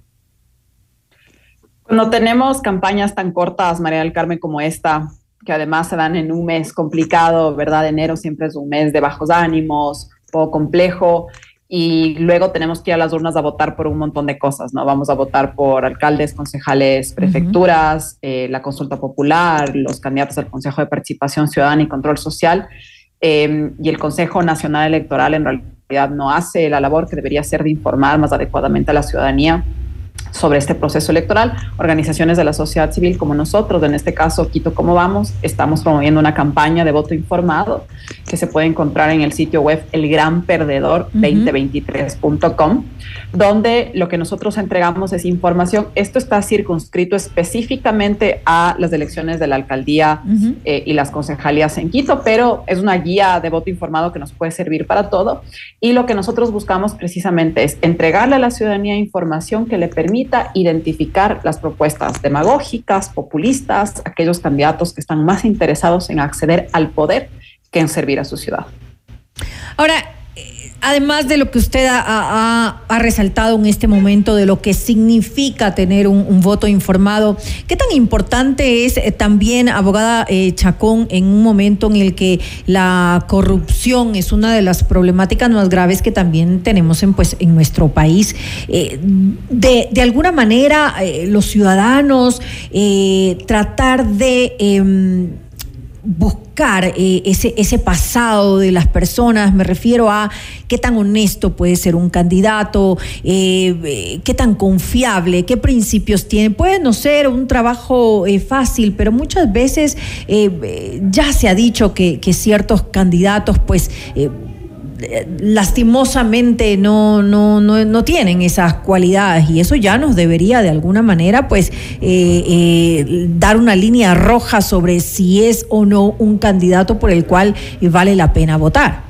Cuando tenemos campañas tan cortas, María del Carmen, como esta, que además se dan en un mes complicado, ¿verdad? Enero siempre es un mes de bajos ánimos, poco complejo, y luego tenemos que ir a las urnas a votar por un montón de cosas, ¿no? Vamos a votar por alcaldes, concejales, prefecturas, uh-huh. eh, la consulta popular, los candidatos al Consejo de Participación Ciudadana y Control Social. Eh, y el Consejo Nacional Electoral en realidad no hace la labor que debería hacer de informar más adecuadamente a la ciudadanía sobre este proceso electoral. Organizaciones de la sociedad civil como nosotros, en este caso Quito ¿Cómo vamos?, estamos promoviendo una campaña de voto informado que se puede encontrar en el sitio web el gran perdedor veinte veintitrés punto com, donde lo que nosotros entregamos es información. Esto está circunscrito específicamente a las elecciones de la alcaldía uh-huh. eh, y las concejalías en Quito, pero es una guía de voto informado que nos puede servir para todo, y lo que nosotros buscamos precisamente es entregarle a la ciudadanía información que le permita identificar las propuestas demagógicas, populistas, aquellos candidatos que están más interesados en acceder al poder que en servir a su ciudad. Ahora, además de lo que usted ha, ha, ha resaltado en este momento de lo que significa tener un, un voto informado, ¿qué tan importante es eh, también, abogada eh, Chacón, en un momento en el que la corrupción es una de las problemáticas más graves que también tenemos en, pues, en nuestro país? Eh, de, de alguna manera, eh, los ciudadanos eh, tratar de Eh, buscar eh, ese, ese pasado de las personas, me refiero a qué tan honesto puede ser un candidato, eh, eh, qué tan confiable, qué principios tiene. Puede no ser un trabajo eh, fácil, pero muchas veces eh, ya se ha dicho que, que ciertos candidatos pues eh, lastimosamente no, no, no, no tienen esas cualidades, y eso ya nos debería de alguna manera pues eh, eh, dar una línea roja sobre si es o no un candidato por el cual vale la pena votar.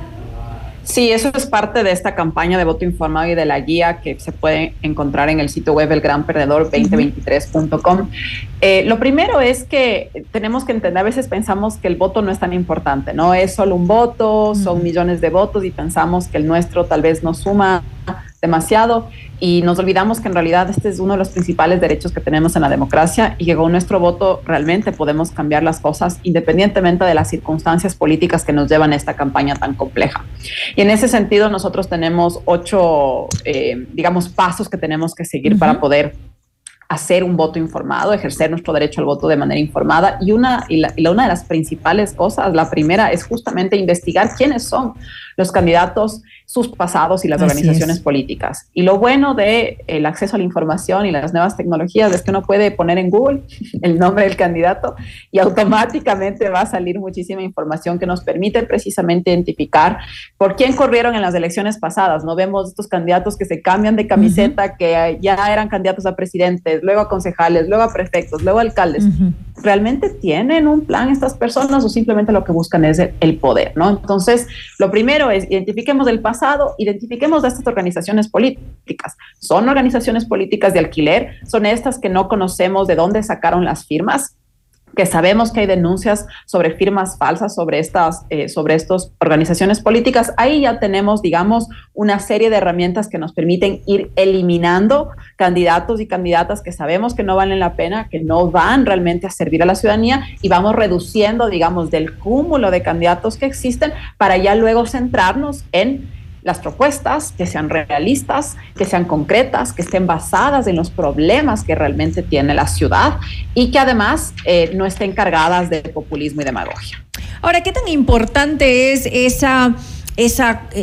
Sí, eso es parte de esta campaña de voto informado y de la guía que se puede encontrar en el sitio web el gran perdedor veinte veintitrés punto com. Eh, lo primero es que tenemos que entender, a veces pensamos que el voto no es tan importante, ¿no? Es solo un voto, son millones de votos y pensamos que el nuestro tal vez no suma demasiado, y nos olvidamos que en realidad este es uno de los principales derechos que tenemos en la democracia, y que con nuestro voto realmente podemos cambiar las cosas independientemente de las circunstancias políticas que nos llevan a esta campaña tan compleja. Y en ese sentido nosotros tenemos ocho, eh, digamos, pasos que tenemos que seguir uh-huh. para poder hacer un voto informado, ejercer nuestro derecho al voto de manera informada. Y una, y la, y la, una de las principales cosas, la primera, es justamente investigar quiénes son los candidatos, sus pasados y las Así organizaciones es. políticas. Y lo bueno de el acceso a la información y las nuevas tecnologías es que uno puede poner en Google el nombre del candidato y automáticamente va a salir muchísima información que nos permite precisamente identificar por quién corrieron en las elecciones pasadas. No vemos estos candidatos que se cambian de camiseta, uh-huh. que ya eran candidatos a presidentes, luego a concejales, luego a prefectos, luego a alcaldes. Uh-huh. ¿Realmente tienen un plan estas personas o simplemente lo que buscan es el, el poder, ¿no? Entonces, lo primero es identifiquemos el pasado, identifiquemos a estas organizaciones políticas. ¿Son organizaciones políticas de alquiler? ¿Son estas que no conocemos de dónde sacaron las firmas? Que sabemos que hay denuncias sobre firmas falsas sobre estas, eh, sobre estas organizaciones políticas. Ahí ya tenemos, digamos, una serie de herramientas que nos permiten ir eliminando candidatos y candidatas que sabemos que no valen la pena, que no van realmente a servir a la ciudadanía, y vamos reduciendo, digamos, del cúmulo de candidatos que existen para ya luego centrarnos en las propuestas que sean realistas, que sean concretas, que estén basadas en los problemas que realmente tiene la ciudad y que además eh, no estén cargadas de populismo y demagogia. Ahora, ¿qué tan importante es esa, esa, eh,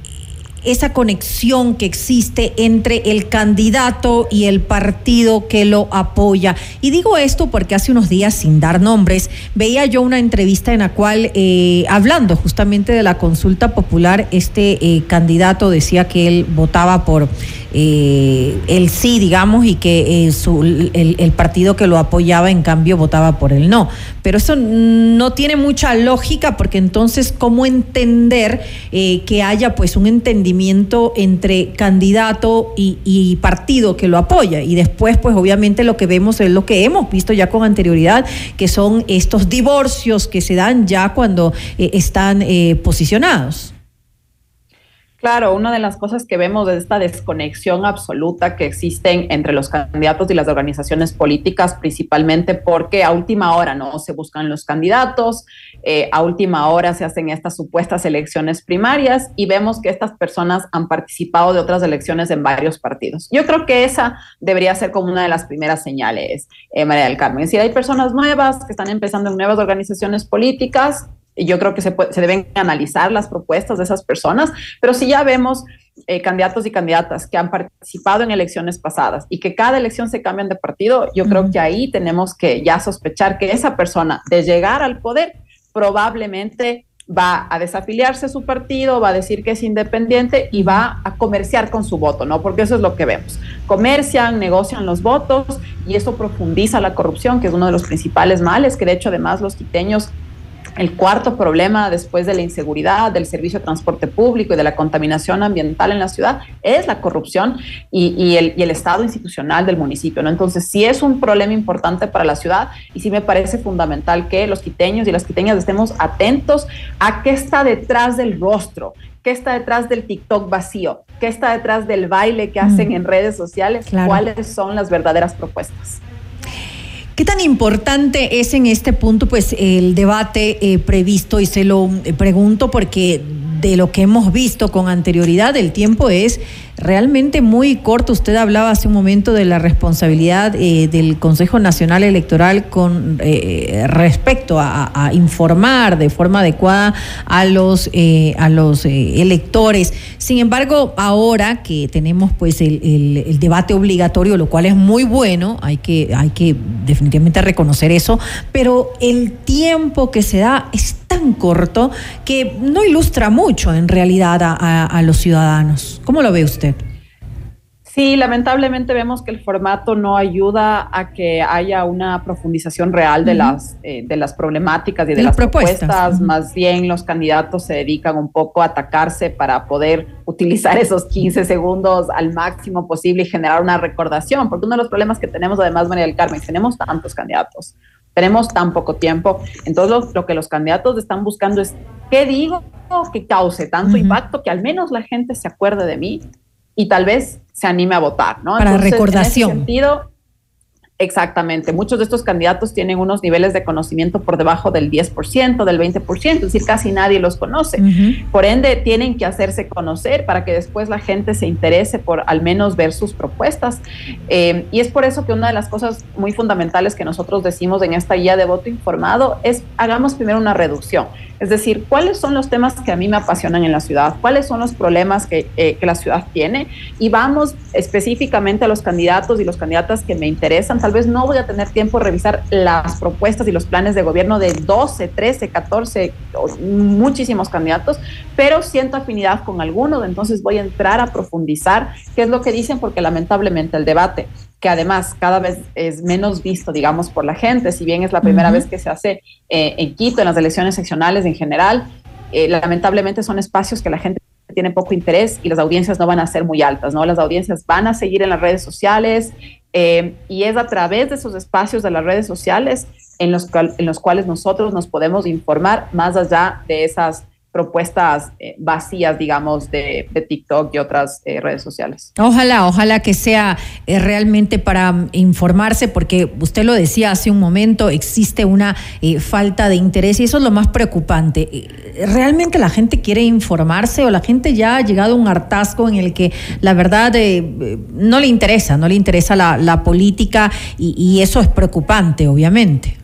esa conexión que existe entre el candidato y el partido que lo apoya? Y digo esto porque hace unos días, sin dar nombres, veía yo una entrevista en la cual, eh, hablando justamente de la consulta popular, este eh, candidato decía que él votaba por eh, el sí, digamos, y que eh, su, el, el partido que lo apoyaba, en cambio, votaba por el no. Pero eso no tiene mucha lógica, porque entonces, ¿cómo entender eh, que haya pues un entendimiento entre candidato y, y partido que lo apoya? Y después, pues obviamente lo que vemos es lo que hemos visto ya con anterioridad, que son estos divorcios que se dan ya cuando eh, están eh, posicionados. Claro, una de las cosas que vemos es esta desconexión absoluta que existen entre los candidatos y las organizaciones políticas, principalmente porque a última hora no se buscan los candidatos, eh, a última hora se hacen estas supuestas elecciones primarias y vemos que estas personas han participado de otras elecciones en varios partidos. Yo creo que esa debería ser como una de las primeras señales, eh, María del Carmen. Es decir, hay personas nuevas que están empezando en nuevas organizaciones políticas. Yo creo que se, puede, se deben analizar las propuestas de esas personas, pero si ya vemos eh, candidatos y candidatas que han participado en elecciones pasadas y que cada elección se cambian de partido, yo uh-huh. creo que ahí tenemos que ya sospechar que esa persona, de llegar al poder, probablemente va a desafiliarse a su partido, va a decir que es independiente y va a comerciar con su voto, ¿no? Porque eso es lo que vemos. Comercian, negocian los votos y eso profundiza la corrupción, que es uno de los principales males, que de hecho además los quiteños El cuarto problema, después de la inseguridad, del servicio de transporte público y de la contaminación ambiental en la ciudad, es la corrupción y, y, el, y el estado institucional del municipio, ¿no? Entonces, sí es un problema importante para la ciudad y sí me parece fundamental que los quiteños y las quiteñas estemos atentos a qué está detrás del rostro, qué está detrás del TikTok vacío, qué está detrás del baile que hacen mm. en redes sociales, claro. cuáles son las verdaderas propuestas. ¿Qué tan importante es en este punto pues el debate eh, previsto? Y se lo pregunto porque de lo que hemos visto con anterioridad, el tiempo es realmente muy corto. Usted hablaba hace un momento de la responsabilidad eh, del Consejo Nacional Electoral con eh, respecto a, a informar de forma adecuada a los eh, a los eh, electores. Sin embargo, ahora que tenemos pues el, el, el debate obligatorio, lo cual es muy bueno, hay que hay que definitivamente reconocer eso, pero el tiempo que se da es tan corto que no ilustra mucho en realidad a, a, a los ciudadanos. ¿Cómo lo ve usted? Sí, lamentablemente vemos que el formato no ayuda a que haya una profundización real de, uh-huh. las, eh, de las problemáticas y de, de las propuestas. propuestas. Uh-huh. Más bien los candidatos se dedican un poco a atacarse para poder utilizar esos quince segundos al máximo posible y generar una recordación, porque uno de los problemas que tenemos además, María del Carmen, tenemos tantos candidatos, tenemos tan poco tiempo, entonces lo, lo que los candidatos están buscando es ¿qué digo que cause tanto uh-huh. impacto que al menos la gente se acuerde de mí y tal vez se anime a votar, ¿no? Para Entonces, recordación. En ese sentido, exactamente. Muchos de estos candidatos tienen unos niveles de conocimiento por debajo del diez por ciento, del veinte por ciento, es decir, casi nadie los conoce. Uh-huh. Por ende, tienen que hacerse conocer para que después la gente se interese por al menos ver sus propuestas. Eh, y es por eso que una de las cosas muy fundamentales que nosotros decimos en esta guía de voto informado es hagamos primero una reducción. Es decir, ¿cuáles son los temas que a mí me apasionan en la ciudad? ¿Cuáles son los problemas que, eh, que la ciudad tiene? Y vamos específicamente a los candidatos y las candidatas que me interesan. Tal vez no voy a tener tiempo de revisar las propuestas y los planes de gobierno de doce, trece, catorce, muchísimos candidatos, pero siento afinidad con algunos, entonces voy a entrar a profundizar qué es lo que dicen, porque lamentablemente el debate, que además cada vez es menos visto, digamos, por la gente, si bien es la primera uh-huh. vez que se hace eh, en Quito, en las elecciones seccionales en general, eh, lamentablemente son espacios que la gente tiene poco interés y las audiencias no van a ser muy altas, ¿no? Las audiencias van a seguir en las redes sociales eh, y es a través de esos espacios de las redes sociales en los, cual, en los cuales nosotros nos podemos informar más allá de esas propuestas eh, vacías, digamos, de, de TikTok y otras eh, redes sociales. Ojalá, ojalá que sea eh, realmente para informarse, porque usted lo decía hace un momento, existe una eh, falta de interés y eso es lo más preocupante. ¿Realmente la gente quiere informarse o la gente ya ha llegado a un hartazgo en el que la verdad eh, no le interesa, no le interesa la, la política y, y eso es preocupante, obviamente?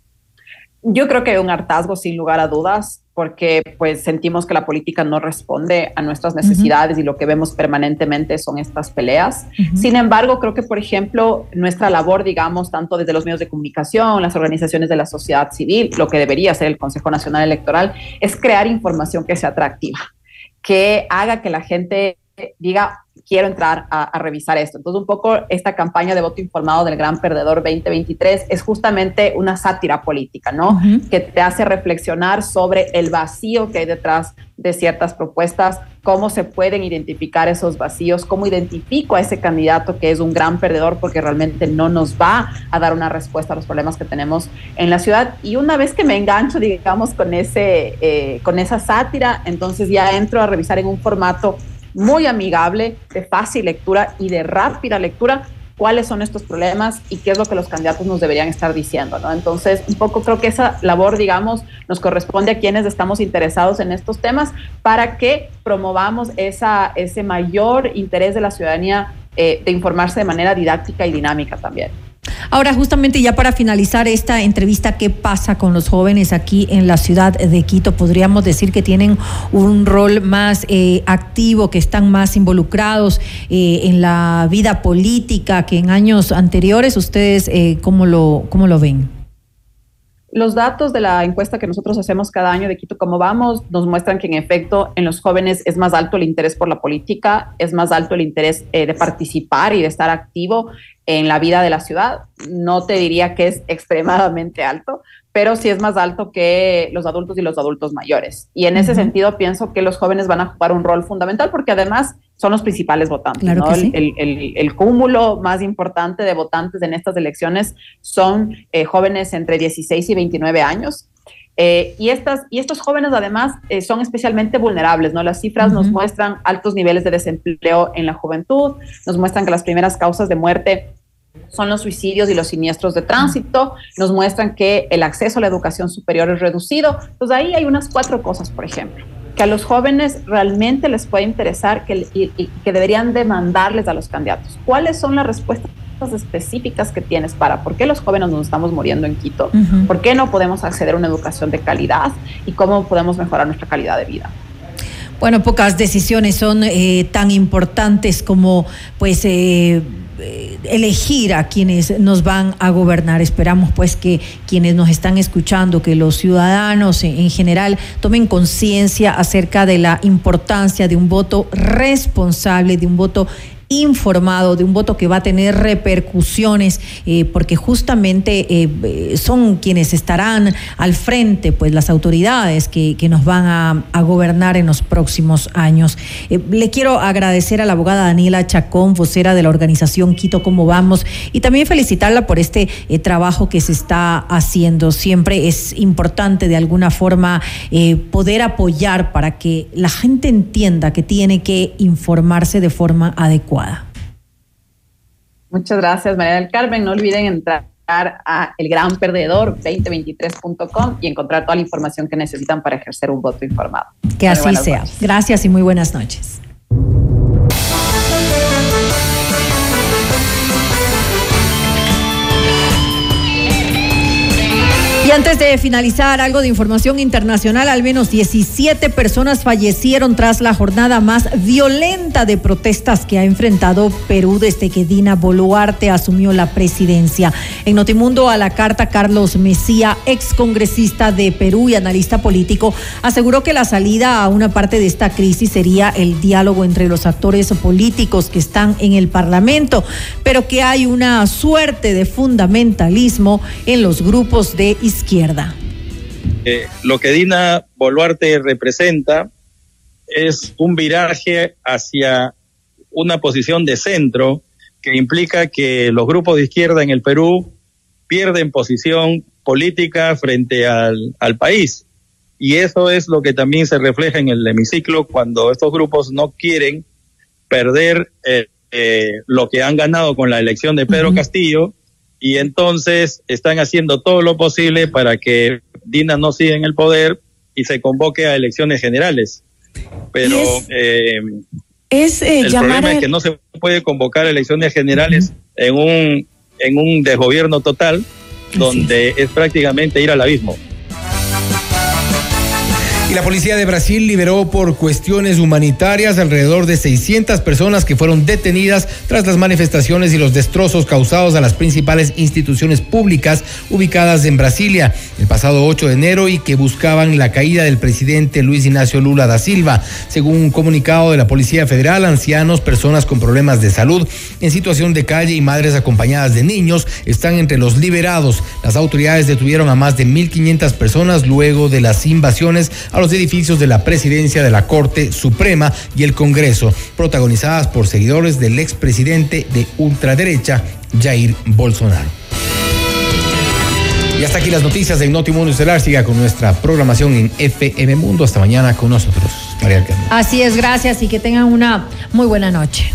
Yo creo que hay un hartazgo sin lugar a dudas, porque pues sentimos que la política no responde a nuestras necesidades uh-huh. y lo que vemos permanentemente son estas peleas. Uh-huh. Sin embargo, creo que, por ejemplo, nuestra labor, digamos, tanto desde los medios de comunicación, las organizaciones de la sociedad civil, lo que debería hacer el Consejo Nacional Electoral, es crear información que sea atractiva, que haga que la gente diga, quiero entrar a, a revisar esto. Entonces, un poco esta campaña de voto informado del Gran Perdedor veinte veintitrés es justamente una sátira política, ¿no? Uh-huh. Que te hace reflexionar sobre el vacío que hay detrás de ciertas propuestas, cómo se pueden identificar esos vacíos, cómo identifico a ese candidato que es un gran perdedor porque realmente no nos va a dar una respuesta a los problemas que tenemos en la ciudad. Y una vez que me engancho, digamos, con, ese, eh, con esa sátira, entonces ya entro a revisar en un formato muy amigable, de fácil lectura y de rápida lectura, cuáles son estos problemas y qué es lo que los candidatos nos deberían estar diciendo, ¿no? Entonces, un poco creo que esa labor, digamos, nos corresponde a quienes estamos interesados en estos temas para que promovamos esa, ese mayor interés de la ciudadanía eh, de informarse de manera didáctica y dinámica también. Ahora, justamente ya para finalizar esta entrevista, ¿qué pasa con los jóvenes aquí en la ciudad de Quito? Podríamos decir que tienen un rol más eh, activo, que están más involucrados eh, en la vida política que en años anteriores. ¿Ustedes eh, cómo lo, cómo lo ven? Los datos de la encuesta que nosotros hacemos cada año de Quito Cómo Vamos nos muestran que en efecto en los jóvenes es más alto el interés por la política, es más alto el interés eh, de participar y de estar activo en la vida de la ciudad. No te diría que es extremadamente alto, pero sí es más alto que los adultos y los adultos mayores. Y en ese uh-huh. sentido pienso que los jóvenes van a jugar un rol fundamental porque además son los principales votantes. Claro ¿no? que sí. el, el, el cúmulo más importante de votantes en estas elecciones son eh, jóvenes entre dieciséis y veintinueve años. Eh, y, estas, y estos jóvenes además eh, son especialmente vulnerables, ¿no? Las cifras uh-huh. nos muestran altos niveles de desempleo en la juventud, nos muestran que las primeras causas de muerte son los suicidios y los siniestros de tránsito, nos muestran que el acceso a la educación superior es reducido. Entonces ahí hay unas cuatro cosas, por ejemplo, que a los jóvenes realmente les puede interesar que, y, y que deberían demandarles a los candidatos. ¿Cuáles son las respuestas específicas que tienes para por qué los jóvenes nos estamos muriendo en Quito? Uh-huh. ¿Por qué no podemos acceder a una educación de calidad? ¿Y cómo podemos mejorar nuestra calidad de vida? Bueno, pocas decisiones son eh, tan importantes como pues eh, elegir a quienes nos van a gobernar. Esperamos pues que quienes nos están escuchando, que los ciudadanos en general tomen conciencia acerca de la importancia de un voto responsable, de un voto informado, de un voto que va a tener repercusiones, eh, porque justamente eh, son quienes estarán al frente, pues las autoridades que, que nos van a, a gobernar en los próximos años. Eh, le quiero agradecer a la abogada Daniela Chacón, vocera de la organización Quito Cómo Vamos, y también felicitarla por este eh, trabajo que se está haciendo. Siempre es importante de alguna forma eh, poder apoyar para que la gente entienda que tiene que informarse de forma adecuada. Muchas gracias, María del Carmen. No olviden entrar a el gran perdedor veinte veintitrés punto com y encontrar toda la información que necesitan para ejercer un voto informado. Que así sea. Noches. Gracias y muy buenas noches. Y antes de finalizar, algo de información internacional. Al menos diecisiete personas fallecieron tras la jornada más violenta de protestas que ha enfrentado Perú desde que Dina Boluarte asumió la presidencia. En Notimundo a la carta, Carlos Mesía, excongresista de Perú y analista político, aseguró que la salida a una parte de esta crisis sería el diálogo entre los actores políticos que están en el Parlamento, pero que hay una suerte de fundamentalismo en los grupos de izquierda. izquierda. Eh, lo que Dina Boluarte representa es un viraje hacia una posición de centro que implica que los grupos de izquierda en el Perú pierden posición política frente al, al país. Y eso es lo que también se refleja en el hemiciclo cuando estos grupos no quieren perder eh, eh, lo que han ganado con la elección de Pedro uh-huh. Castillo, y entonces están haciendo todo lo posible para que Dina no siga en el poder y se convoque a elecciones generales. Pero es, eh, es, eh, el problema a... es que no se puede convocar a elecciones generales uh-huh. en un en un desgobierno total, donde es. es prácticamente ir al abismo. Y la policía de Brasil liberó por cuestiones humanitarias alrededor de seiscientas personas que fueron detenidas tras las manifestaciones y los destrozos causados a las principales instituciones públicas ubicadas en Brasilia el pasado ocho de enero y que buscaban la caída del presidente Luis Ignacio Lula da Silva. Según un comunicado de la Policía Federal, ancianos, personas con problemas de salud, en situación de calle y madres acompañadas de niños están entre los liberados. Las autoridades detuvieron a más de mil quinientas personas luego de las invasiones a los edificios de la presidencia de la Corte Suprema y el Congreso, protagonizadas por seguidores del expresidente de ultraderecha, Jair Bolsonaro. Y hasta aquí las noticias de Notimundo Estelar. Siga con nuestra programación en F M Mundo. Hasta mañana con nosotros, María del Carmen. Así es, gracias y que tengan una muy buena noche.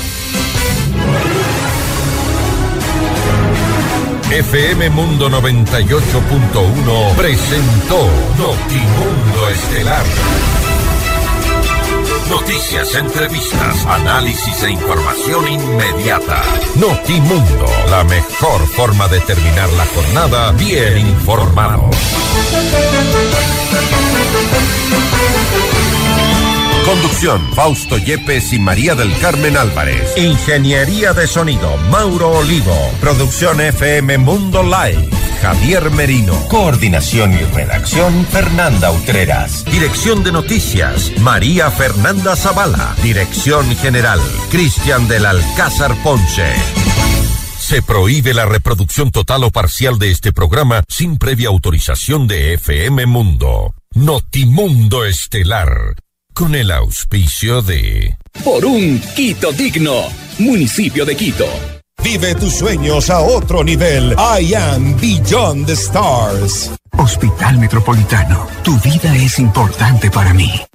F M Mundo noventa y ocho punto uno presentó Notimundo Estelar. Noticias, entrevistas, análisis e información inmediata. Notimundo, la mejor forma de terminar la jornada bien informado. Conducción, Fausto Yepes y María del Carmen Álvarez. Ingeniería de sonido, Mauro Olivo. Producción F M Mundo Live, Javier Merino. Coordinación y redacción, Fernanda Utreras. Dirección de noticias, María Fernanda Zavala. Dirección general, Cristian del Alcázar Ponce. Se prohíbe la reproducción total o parcial de este programa sin previa autorización de F M Mundo. Notimundo Estelar, con el auspicio de... Por un Quito digno, municipio de Quito. Vive tus sueños a otro nivel. I am Beyond the Stars. Hospital Metropolitano, tu vida es importante para mí.